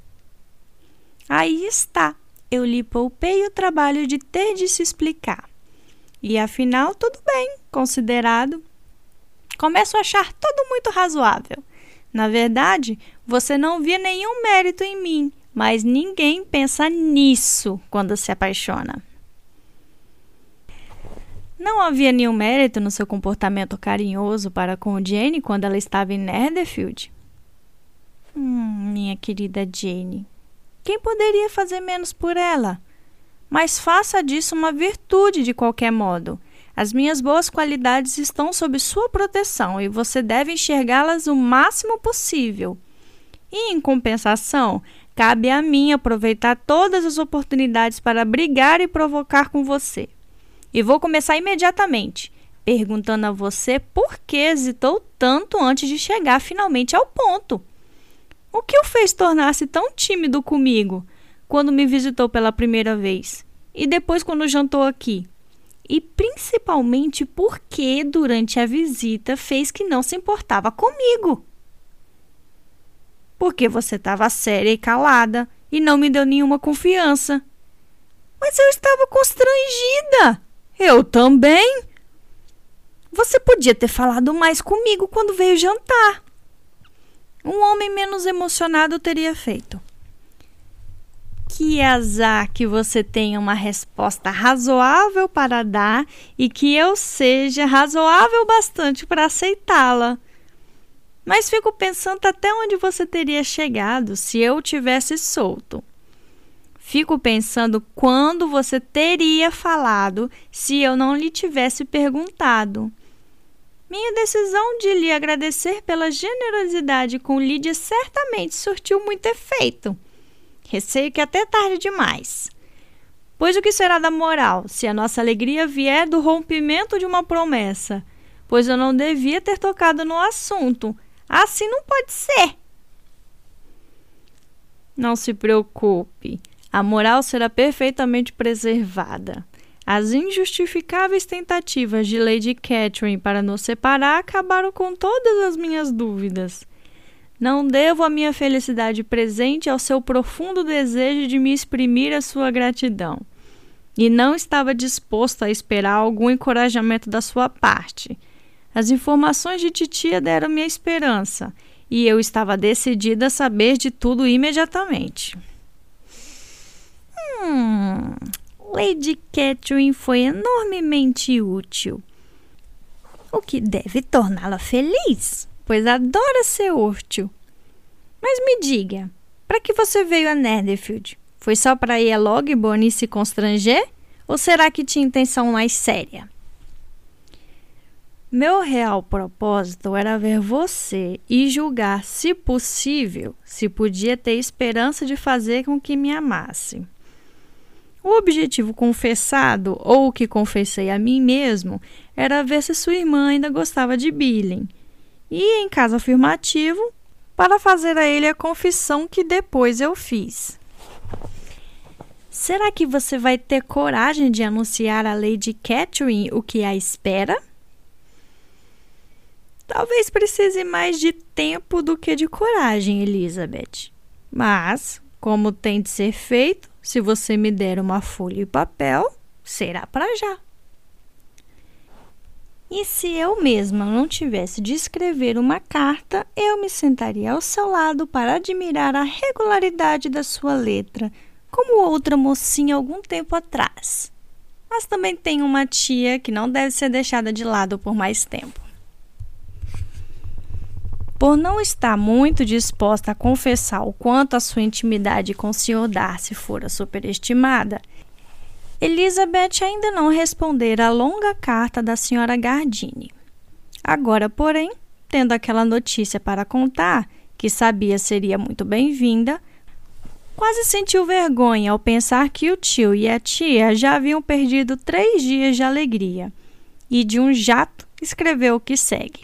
Aí está, eu lhe poupei o trabalho de ter de se explicar. E afinal, tudo bem, considerado. Começo a achar tudo muito razoável. Na verdade, você não via nenhum mérito em mim, mas ninguém pensa nisso quando se apaixona. Não havia nenhum mérito no seu comportamento carinhoso para com Jane quando ela estava em Netherfield? Hum, minha querida Jane, quem poderia fazer menos por ela? Mas faça disso uma virtude de qualquer modo. As minhas boas qualidades estão sob sua proteção e você deve enxergá-las o máximo possível. E, em compensação, cabe a mim aproveitar todas as oportunidades para brigar e provocar com você. E vou começar imediatamente, perguntando a você por que hesitou tanto antes de chegar finalmente ao ponto. O que o fez tornar-se tão tímido comigo quando me visitou pela primeira vez e depois quando jantou aqui? E principalmente por que durante a visita fez que não se importava comigo? Porque você estava séria e calada e não me deu nenhuma confiança. Mas eu estava constrangida. Eu também. Você podia ter falado mais comigo quando veio jantar. Um homem menos emocionado teria feito. Que azar que você tenha uma resposta razoável para dar e que eu seja razoável bastante para aceitá-la. Mas fico pensando até onde você teria chegado se eu tivesse solto. Fico pensando quando você teria falado se eu não lhe tivesse perguntado. Minha decisão de lhe agradecer pela generosidade com Lídia certamente surtiu muito efeito. Receio que até tarde demais. Pois o que será da moral, se a nossa alegria vier do rompimento de uma promessa? Pois eu não devia ter tocado no assunto. Assim não pode ser. Não se preocupe. A moral será perfeitamente preservada. As injustificáveis tentativas de Lady Catherine para nos separar acabaram com todas as minhas dúvidas. Não devo a minha felicidade presente ao seu profundo desejo de me exprimir a sua gratidão. E não estava disposto a esperar algum encorajamento da sua parte. As informações de titia deram-me a esperança, e eu estava decidida a saber de tudo imediatamente. Hum, Lady Catherine foi enormemente útil, o que deve torná-la feliz, pois adora ser útil. Mas me diga, para que você veio a Netherfield? Foi só para ir a Longbourn e se constranger? Ou será que tinha intenção mais séria? Meu real propósito era ver você e julgar, se possível, se podia ter esperança de fazer com que me amasse. O objetivo confessado, ou o que confessei a mim mesmo, era ver se sua irmã ainda gostava de Billy. E, em caso afirmativo, para fazer a ele a confissão que depois eu fiz. Será que você vai ter coragem de anunciar a Lady Catherine o que a espera? Talvez precise mais de tempo do que de coragem, Elizabeth. Mas, como tem de ser feito, se você me der uma folha e papel, será para já. E se eu mesma não tivesse de escrever uma carta, eu me sentaria ao seu lado para admirar a regularidade da sua letra, como outra mocinha algum tempo atrás. Mas também tenho uma tia que não deve ser deixada de lado por mais tempo. Por não estar muito disposta a confessar o quanto a sua intimidade com o senhor Darcy fora superestimada, Elizabeth ainda não respondera a longa carta da senhora Gardine. Agora, porém, tendo aquela notícia para contar, que sabia seria muito bem-vinda, quase sentiu vergonha ao pensar que o tio e a tia já haviam perdido três dias de alegria, e de um jato escreveu o que segue.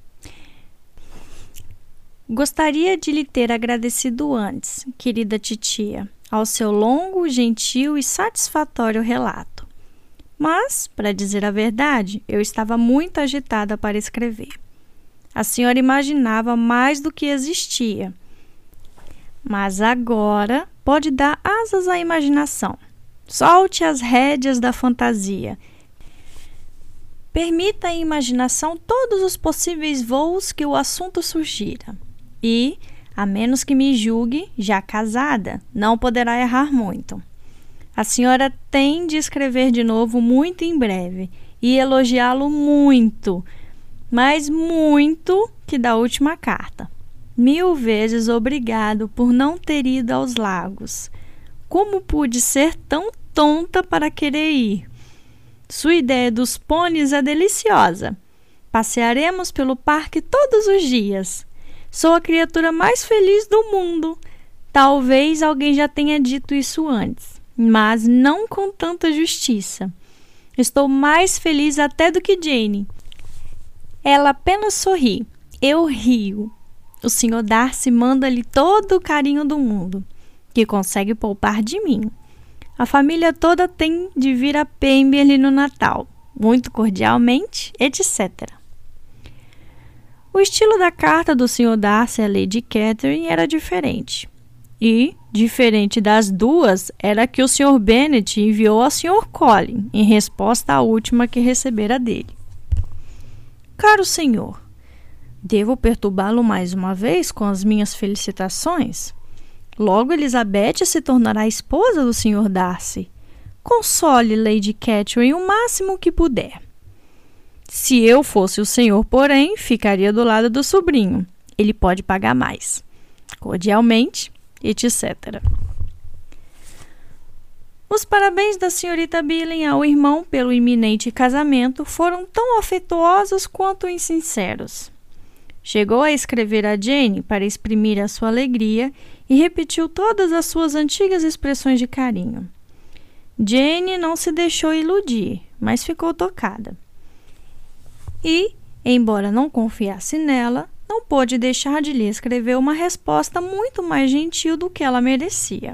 Gostaria de lhe ter agradecido antes, querida titia, ao seu longo, gentil e satisfatório relato. Mas, para dizer a verdade, eu estava muito agitada para escrever. A senhora imaginava mais do que existia. Mas agora pode dar asas à imaginação. Solte as rédeas da fantasia. Permita à imaginação todos os possíveis voos que o assunto sugira. E, a menos que me julgue, já casada, não poderá errar muito. A senhora tem de escrever de novo muito em breve e elogiá-lo muito, mas muito que da última carta. Mil vezes obrigado por não ter ido aos lagos. Como pude ser tão tonta para querer ir? Sua ideia dos pôneis é deliciosa. Passearemos pelo parque todos os dias. Sou a criatura mais feliz do mundo. Talvez alguém já tenha dito isso antes, mas não com tanta justiça. Estou mais feliz até do que Jane. Ela apenas sorri. Eu rio. O senhor Darcy manda-lhe todo o carinho do mundo, que consegue poupar de mim. A família toda tem de vir a Pemberley no Natal, muito cordialmente, etcétera. O estilo da carta do senhor Darcy à Lady Catherine era diferente. E, diferente das duas, era que o senhor Bennet enviou ao senhor Colin, em resposta à última que recebera dele. Caro senhor, devo perturbá-lo mais uma vez com as minhas felicitações? Logo, Elizabeth se tornará a esposa do senhor Darcy. Console Lady Catherine o máximo que puder. Se eu fosse o senhor, porém, ficaria do lado do sobrinho. Ele pode pagar mais. Cordialmente, etcétera. Os parabéns da senhorita Billing ao irmão pelo iminente casamento foram tão afetuosos quanto insinceros. Chegou a escrever a Jane para exprimir a sua alegria e repetiu todas as suas antigas expressões de carinho. Jane não se deixou iludir, mas ficou tocada. E, embora não confiasse nela, não pôde deixar de lhe escrever uma resposta muito mais gentil do que ela merecia.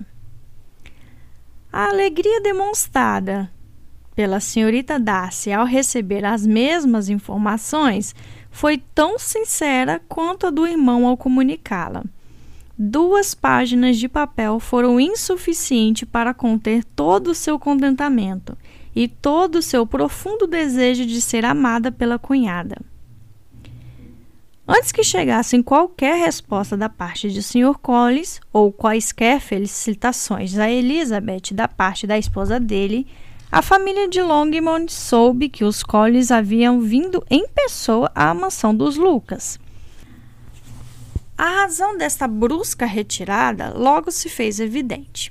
A alegria demonstrada pela senhorita Darcy ao receber as mesmas informações foi tão sincera quanto a do irmão ao comunicá-la. Duas páginas de papel foram insuficientes para conter todo o seu contentamento e todo o seu profundo desejo de ser amada pela cunhada. Antes que chegasse qualquer resposta da parte de senhor Collins ou quaisquer felicitações a Elizabeth da parte da esposa dele, a família de Longmont soube que os Collins haviam vindo em pessoa à mansão dos Lucas. A razão desta brusca retirada logo se fez evidente.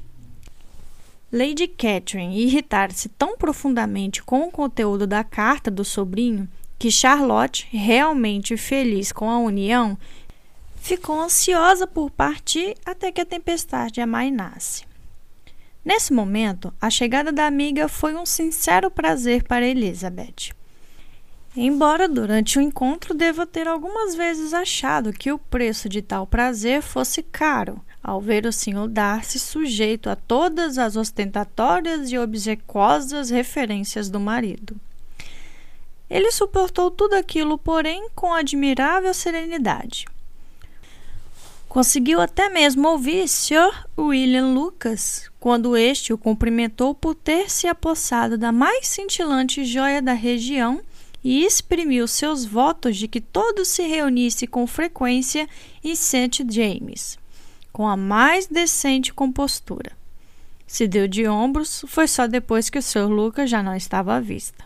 Lady Catherine irritara-se tão profundamente com o conteúdo da carta do sobrinho que Charlotte, realmente feliz com a união, ficou ansiosa por partir até que a tempestade amainasse. Nesse momento, a chegada da amiga foi um sincero prazer para Elizabeth. Embora durante o encontro deva ter algumas vezes achado que o preço de tal prazer fosse caro, ao ver o senhor Darcy sujeito a todas as ostentatórias e obsequiosas referências do marido. Ele suportou tudo aquilo, porém, com admirável serenidade. Conseguiu até mesmo ouvir senhor William Lucas, quando este o cumprimentou por ter se apossado da mais cintilante joia da região e exprimiu seus votos de que todos se reunissem com frequência em Saint James, com a mais decente compostura. Se deu de ombros, foi só depois que o senhor Lucas já não estava à vista.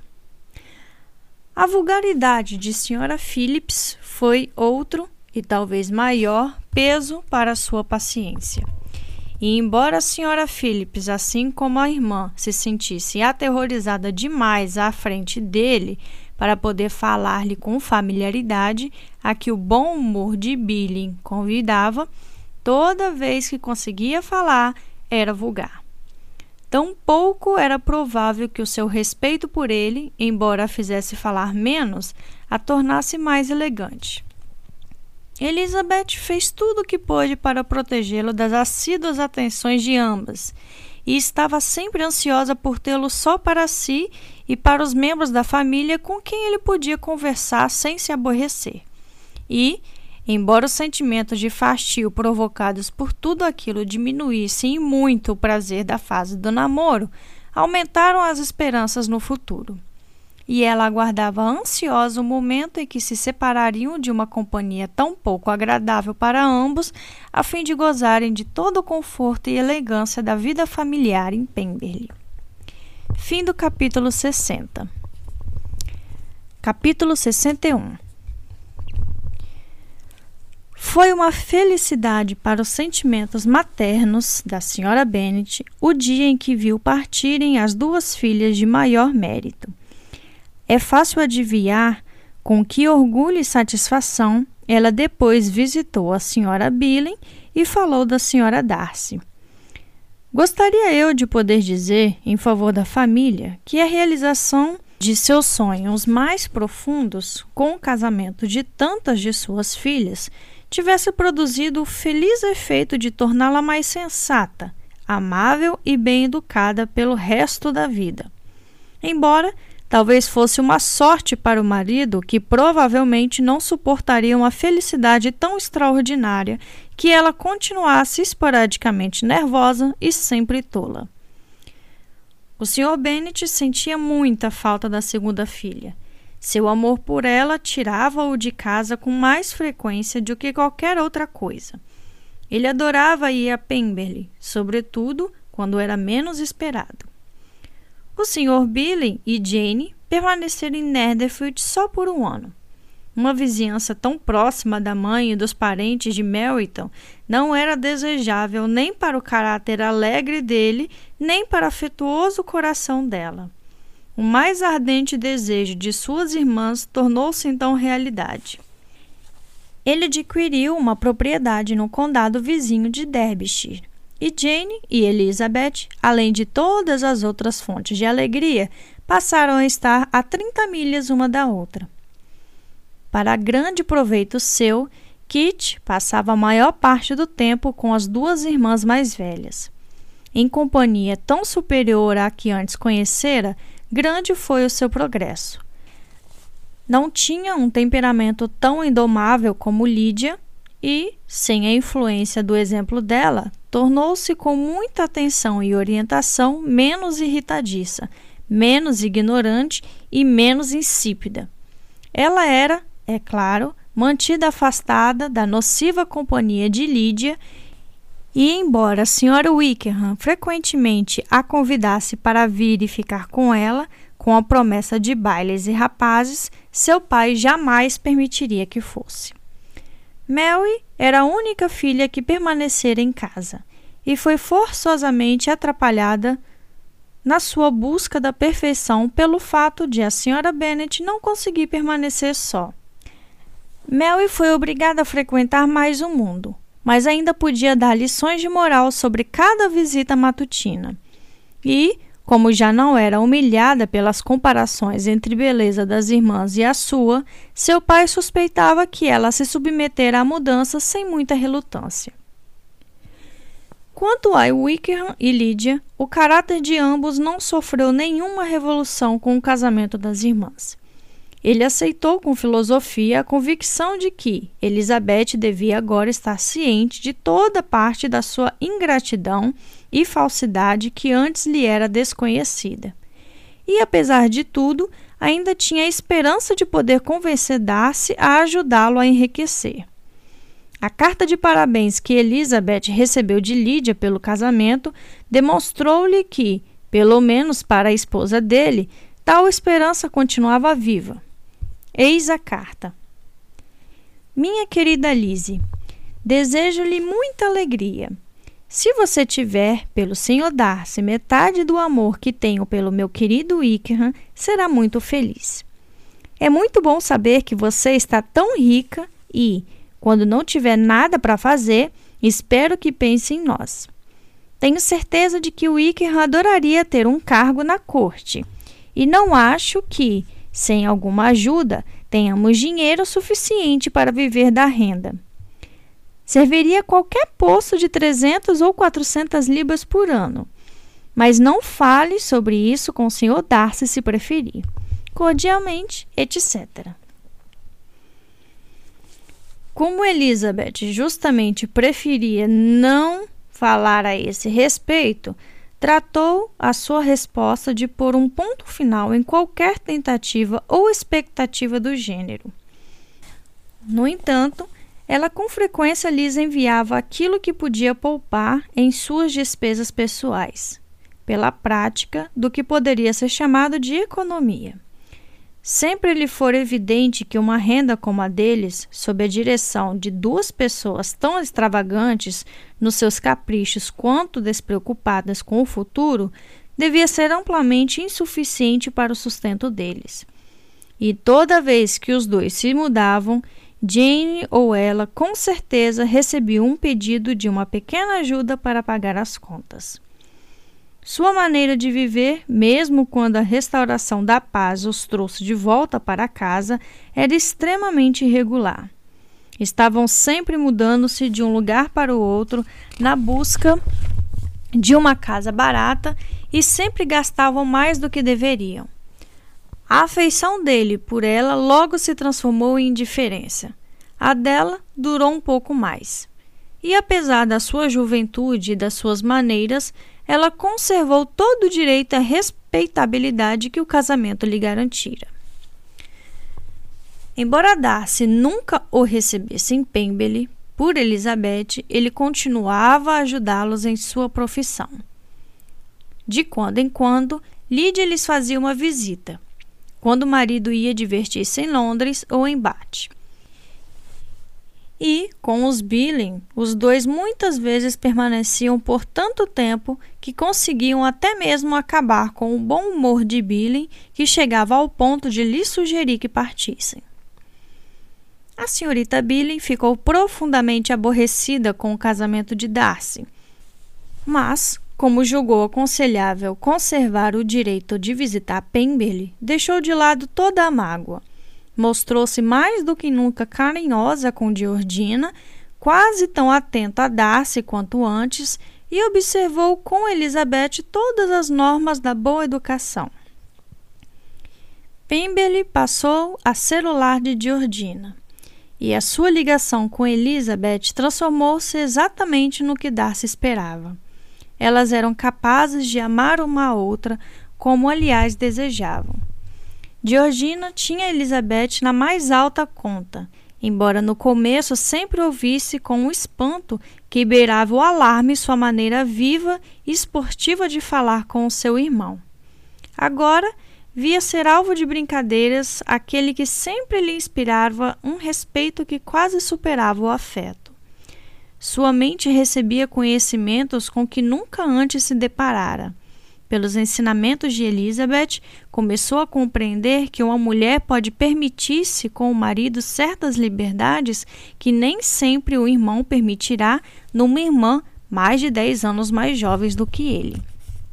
A vulgaridade de senhora Phillips foi outro, e talvez maior, peso para sua paciência. E embora a senhora Phillips, assim como a irmã, se sentisse aterrorizada demais à frente dele para poder falar-lhe com familiaridade, a que o bom humor de Billing convidava, toda vez que conseguia falar, era vulgar. Tampouco era provável que o seu respeito por ele, embora a fizesse falar menos, a tornasse mais elegante. Elizabeth fez tudo o que pôde para protegê-lo das assíduas atenções de ambas, e estava sempre ansiosa por tê-lo só para si e para os membros da família com quem ele podia conversar sem se aborrecer. E, embora os sentimentos de fastio provocados por tudo aquilo diminuíssem muito o prazer da fase do namoro, aumentaram as esperanças no futuro. E ela aguardava ansiosa o momento em que se separariam de uma companhia tão pouco agradável para ambos, a fim de gozarem de todo o conforto e elegância da vida familiar em Pemberley. Fim do capítulo sessenta. Capítulo sessenta e um. Foi uma felicidade para os sentimentos maternos da senhora Bennet o dia em que viu partirem as duas filhas de maior mérito. É fácil adivinhar com que orgulho e satisfação ela depois visitou a senhora Billing e falou da senhora Darcy. Gostaria eu de poder dizer, em favor da família, que a realização de seus sonhos mais profundos com o casamento de tantas de suas filhas tivesse produzido o feliz efeito de torná-la mais sensata, amável e bem educada pelo resto da vida. Embora talvez fosse uma sorte para o marido, que provavelmente não suportaria uma felicidade tão extraordinária que ela continuasse esporadicamente nervosa e sempre tola. O senhor Bennet sentia muita falta da segunda filha. Seu amor por ela tirava-o de casa com mais frequência do que qualquer outra coisa. Ele adorava ir a Pemberley, sobretudo quando era menos esperado. O senhor Billy e Jane permaneceram em Netherfield só por um ano. Uma vizinhança tão próxima da mãe e dos parentes de Meryton não era desejável nem para o caráter alegre dele, nem para o afetuoso coração dela. O mais ardente desejo de suas irmãs tornou-se então realidade. Ele adquiriu uma propriedade no condado vizinho de Derbyshire, e Jane e Elizabeth, além de todas as outras fontes de alegria, passaram a estar a trinta milhas uma da outra. Para grande proveito seu, Kit passava a maior parte do tempo com as duas irmãs mais velhas. Em companhia tão superior à que antes conhecera, grande foi o seu progresso. Não tinha um temperamento tão indomável como Lídia e, sem a influência do exemplo dela, tornou-se com muita atenção e orientação menos irritadiça, menos ignorante e menos insípida. Ela era, é claro, mantida afastada da nociva companhia de Lídia e, embora a senhora Wickham frequentemente a convidasse para vir e ficar com ela, com a promessa de bailes e rapazes, seu pai jamais permitiria que fosse. Mary era a única filha que permanecera em casa e foi forçosamente atrapalhada na sua busca da perfeição pelo fato de a senhora Bennet não conseguir permanecer só. Mary foi obrigada a frequentar mais o mundo, mas ainda podia dar lições de moral sobre cada visita matutina. E, como já não era humilhada pelas comparações entre a beleza das irmãs e a sua, seu pai suspeitava que ela se submetera à mudança sem muita relutância. Quanto a Wickham e Lídia, o caráter de ambos não sofreu nenhuma revolução com o casamento das irmãs. Ele aceitou com filosofia a convicção de que Elizabeth devia agora estar ciente de toda parte da sua ingratidão e falsidade que antes lhe era desconhecida. E, apesar de tudo, ainda tinha a esperança de poder convencer Darcy a ajudá-lo a enriquecer. A carta de parabéns que Elizabeth recebeu de Lídia pelo casamento demonstrou-lhe que, pelo menos para a esposa dele, tal esperança continuava viva. Eis a carta. Minha querida Lizzie, desejo-lhe muita alegria. Se você tiver, pelo senhor Darcy, metade do amor que tenho pelo meu querido Wickham, será muito feliz. É muito bom saber que você está tão rica e, quando não tiver nada para fazer, espero que pense em nós. Tenho certeza de que o Wickham adoraria ter um cargo na corte, e não acho que, sem alguma ajuda, tenhamos dinheiro suficiente para viver da renda. Serviria qualquer posto de trezentas ou quatrocentas libras por ano, mas não fale sobre isso com o senhor Darcy se preferir. Cordialmente, etcétera. Como Elizabeth justamente preferia não falar a esse respeito, tratou a sua resposta de pôr um ponto final em qualquer tentativa ou expectativa do gênero. No entanto, ela com frequência lhes enviava aquilo que podia poupar em suas despesas pessoais, pela prática do que poderia ser chamado de economia. Sempre lhe for evidente que uma renda como a deles, sob a direção de duas pessoas tão extravagantes nos seus caprichos quanto despreocupadas com o futuro, devia ser amplamente insuficiente para o sustento deles. E toda vez que os dois se mudavam, Jane ou ela com certeza recebiam um pedido de uma pequena ajuda para pagar as contas. Sua maneira de viver, mesmo quando a restauração da paz os trouxe de volta para casa, era extremamente irregular. Estavam sempre mudando-se de um lugar para o outro na busca de uma casa barata e sempre gastavam mais do que deveriam. A afeição dele por ela logo se transformou em indiferença. A dela durou um pouco mais. E apesar da sua juventude e das suas maneiras, ela conservou todo o direito à respeitabilidade que o casamento lhe garantira. Embora Darcy nunca o recebesse em Pemberley, por Elizabeth, ele continuava a ajudá-los em sua profissão. De quando em quando, Lydia lhes fazia uma visita, quando o marido ia divertir-se em Londres ou em Bath. E, com os Billing, os dois muitas vezes permaneciam por tanto tempo que conseguiam até mesmo acabar com o bom humor de Billing, que chegava ao ponto de lhe sugerir que partissem. A senhorita Billing ficou profundamente aborrecida com o casamento de Darcy, mas, como julgou aconselhável conservar o direito de visitar Pemberley, deixou de lado toda a mágoa. Mostrou-se mais do que nunca carinhosa com Georgina, quase tão atenta a Darcy quanto antes, e observou com Elizabeth todas as normas da boa educação. Pemberley passou a ser o lar de Georgina, e a sua ligação com Elizabeth transformou-se exatamente no que Darcy esperava. Elas eram capazes de amar uma a outra, como aliás desejavam. Georgina tinha Elizabeth na mais alta conta, embora no começo sempre ouvisse com um espanto que beirava o alarme sua maneira viva e esportiva de falar com o seu irmão. Agora, via ser alvo de brincadeiras aquele que sempre lhe inspirava um respeito que quase superava o afeto. Sua mente recebia conhecimentos com que nunca antes se deparara. Pelos ensinamentos de Elizabeth, começou a compreender que uma mulher pode permitir-se com o marido certas liberdades que nem sempre o irmão permitirá numa irmã mais de dez anos mais jovem do que ele.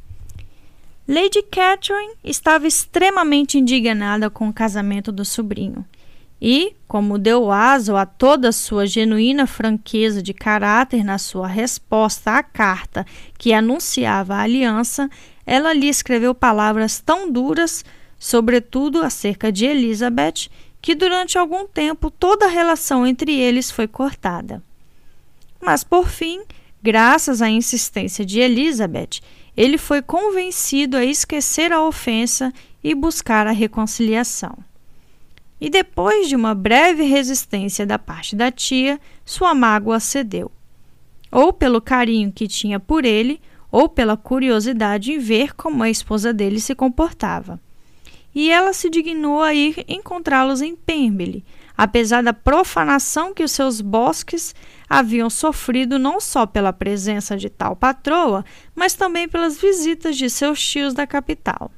Lady Catherine estava extremamente indignada com o casamento do sobrinho e, como deu aso a toda a sua genuína franqueza de caráter na sua resposta à carta que anunciava a aliança, ela lhe escreveu palavras tão duras, sobretudo acerca de Elizabeth, que durante algum tempo toda a relação entre eles foi cortada. Mas, por fim, graças à insistência de Elizabeth, ele foi convencido a esquecer a ofensa e buscar a reconciliação. E depois de uma breve resistência da parte da tia, sua mágoa cedeu, ou pelo carinho que tinha por ele, ou pela curiosidade em ver como a esposa dele se comportava. E ela se dignou a ir encontrá-los em Pemberley, apesar da profanação que os seus bosques haviam sofrido não só pela presença de tal patroa, mas também pelas visitas de seus tios da capital.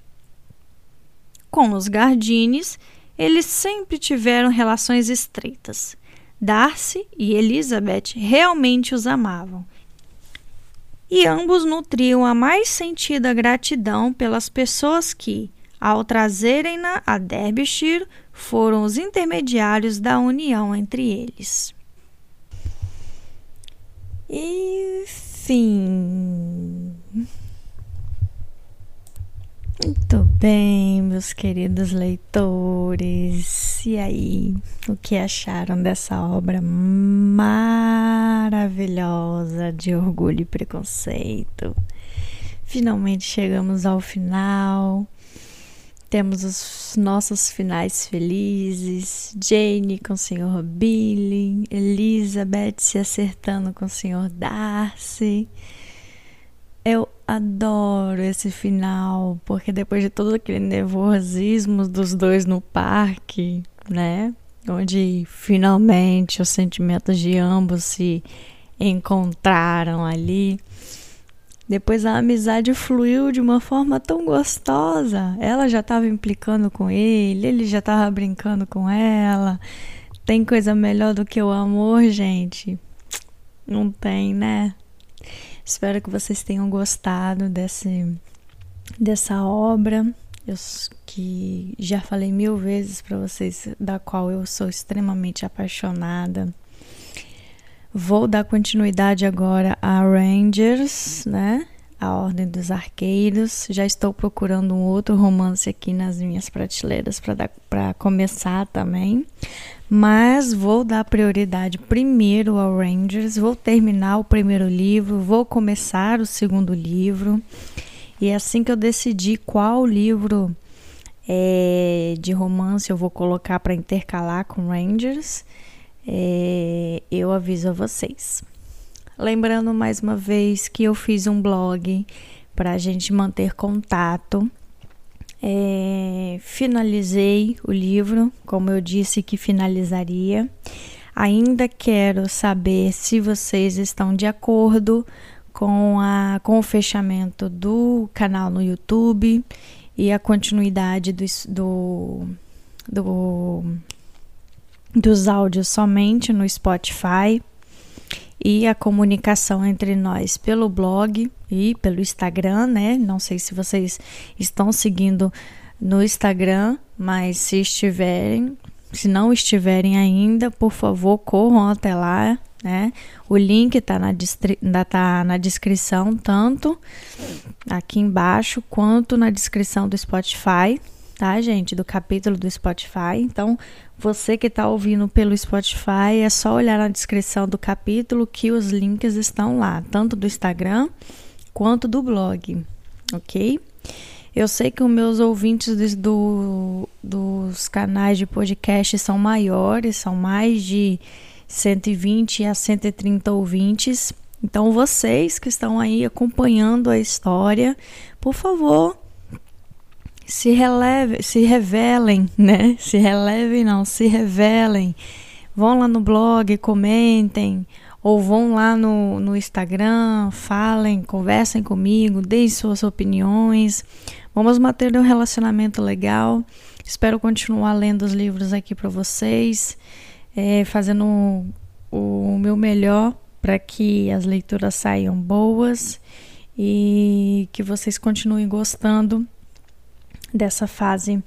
Com os Gardines, eles sempre tiveram relações estreitas. Darcy e Elizabeth realmente os amavam, e ambos nutriam a mais sentida gratidão pelas pessoas que, ao trazerem-na a Derbyshire, foram os intermediários da união entre eles. E fim. Muito bem, meus queridos leitores. E aí, o que acharam dessa obra maravilhosa de Orgulho e Preconceito? Finalmente chegamos ao final. Temos os nossos finais felizes. Jane com o senhor Billing, Elizabeth se acertando com o senhor Darcy. Eu adoro esse final, porque depois de todo aquele nervosismo dos dois no parque, né? Onde finalmente os sentimentos de ambos se encontraram ali. Depois a amizade fluiu de uma forma tão gostosa. Ela já estava implicando com ele, ele já estava brincando com ela. Tem coisa melhor do que o amor, gente? Não tem, né? Espero que vocês tenham gostado desse, dessa obra, eu, que já falei mil vezes para vocês, da qual eu sou extremamente apaixonada. Vou dar continuidade agora a Rangers, né? A Ordem dos Arqueiros. Já estou procurando um outro romance aqui nas minhas prateleiras para começar também. Mas vou dar prioridade primeiro ao Rangers. Vou terminar o primeiro livro, vou começar o segundo livro. E assim que eu decidir qual livro é, de romance eu vou colocar para intercalar com Rangers, é, eu aviso a vocês. Lembrando mais uma vez que eu fiz um blog para a gente manter contato. É, finalizei o livro, como eu disse que finalizaria. Ainda quero saber se vocês estão de acordo com, a, com o fechamento do canal no YouTube e a continuidade do, do, do, dos áudios somente no Spotify e a comunicação entre nós pelo blog e pelo Instagram, né? Não sei se vocês estão seguindo no Instagram, mas se estiverem, se não estiverem ainda, por favor, corram até lá, né? O link está na, tá na descrição, tanto aqui embaixo quanto na descrição do Spotify, tá, gente? Do capítulo do Spotify. Então, você que está ouvindo pelo Spotify, é só olhar na descrição do capítulo que os links estão lá, tanto do Instagram quanto do blog, ok? Eu sei que os meus ouvintes do, dos canais de podcast são maiores, são mais de cento e vinte a cento e trinta ouvintes. Então, vocês que estão aí acompanhando a história, por favor, se releve, se revelem, né? Se relevem não, se revelem. Vão lá no blog, comentem, ou vão lá no, no Instagram, falem, conversem comigo, deem suas opiniões. Vamos manter um relacionamento legal. Espero continuar lendo os livros aqui para vocês, é, fazendo o, o meu melhor para que as leituras saiam boas e que vocês continuem gostando dessa fase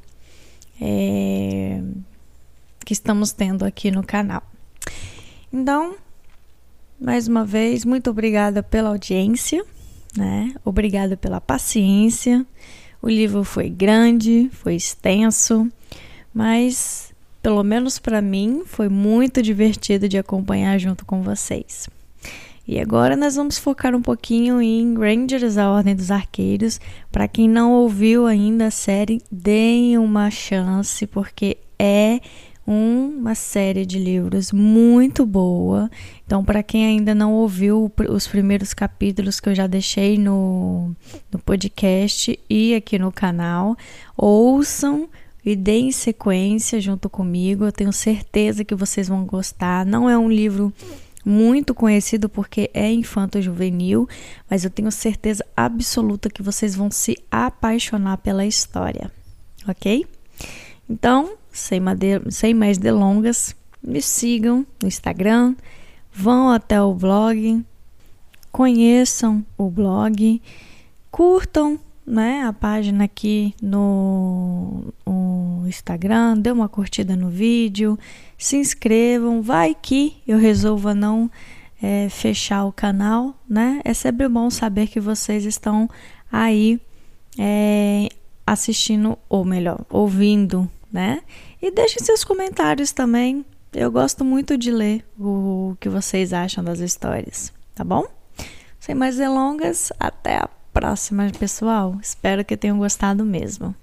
é, que estamos tendo aqui no canal. Então, mais uma vez, muito obrigada pela audiência, né? Obrigada pela paciência. O livro foi grande, foi extenso, mas pelo menos para mim foi muito divertido de acompanhar junto com vocês. E agora nós vamos focar um pouquinho em Rangers, a Ordem dos Arqueiros. Para quem não ouviu ainda a série, deem uma chance, porque é uma série de livros muito boa. Então, para quem ainda não ouviu os primeiros capítulos que eu já deixei no, no podcast e aqui no canal, ouçam e deem sequência junto comigo. Eu tenho certeza que vocês vão gostar. Não é um livro muito conhecido porque é infanto-juvenil, mas eu tenho certeza absoluta que vocês vão se apaixonar pela história, ok? Então, sem, madeira, sem mais delongas, me sigam no Instagram, vão até o blog, conheçam o blog, curtam, né, a página aqui no, no Instagram, dê uma curtida no vídeo, se inscrevam, vai que eu resolva não é, fechar o canal, né? É sempre bom saber que vocês estão aí é, assistindo, ou melhor, ouvindo, né? E deixem seus comentários também, eu gosto muito de ler o que vocês acham das histórias, tá bom? Sem mais delongas, até a próxima, pessoal. Espero que tenham gostado mesmo.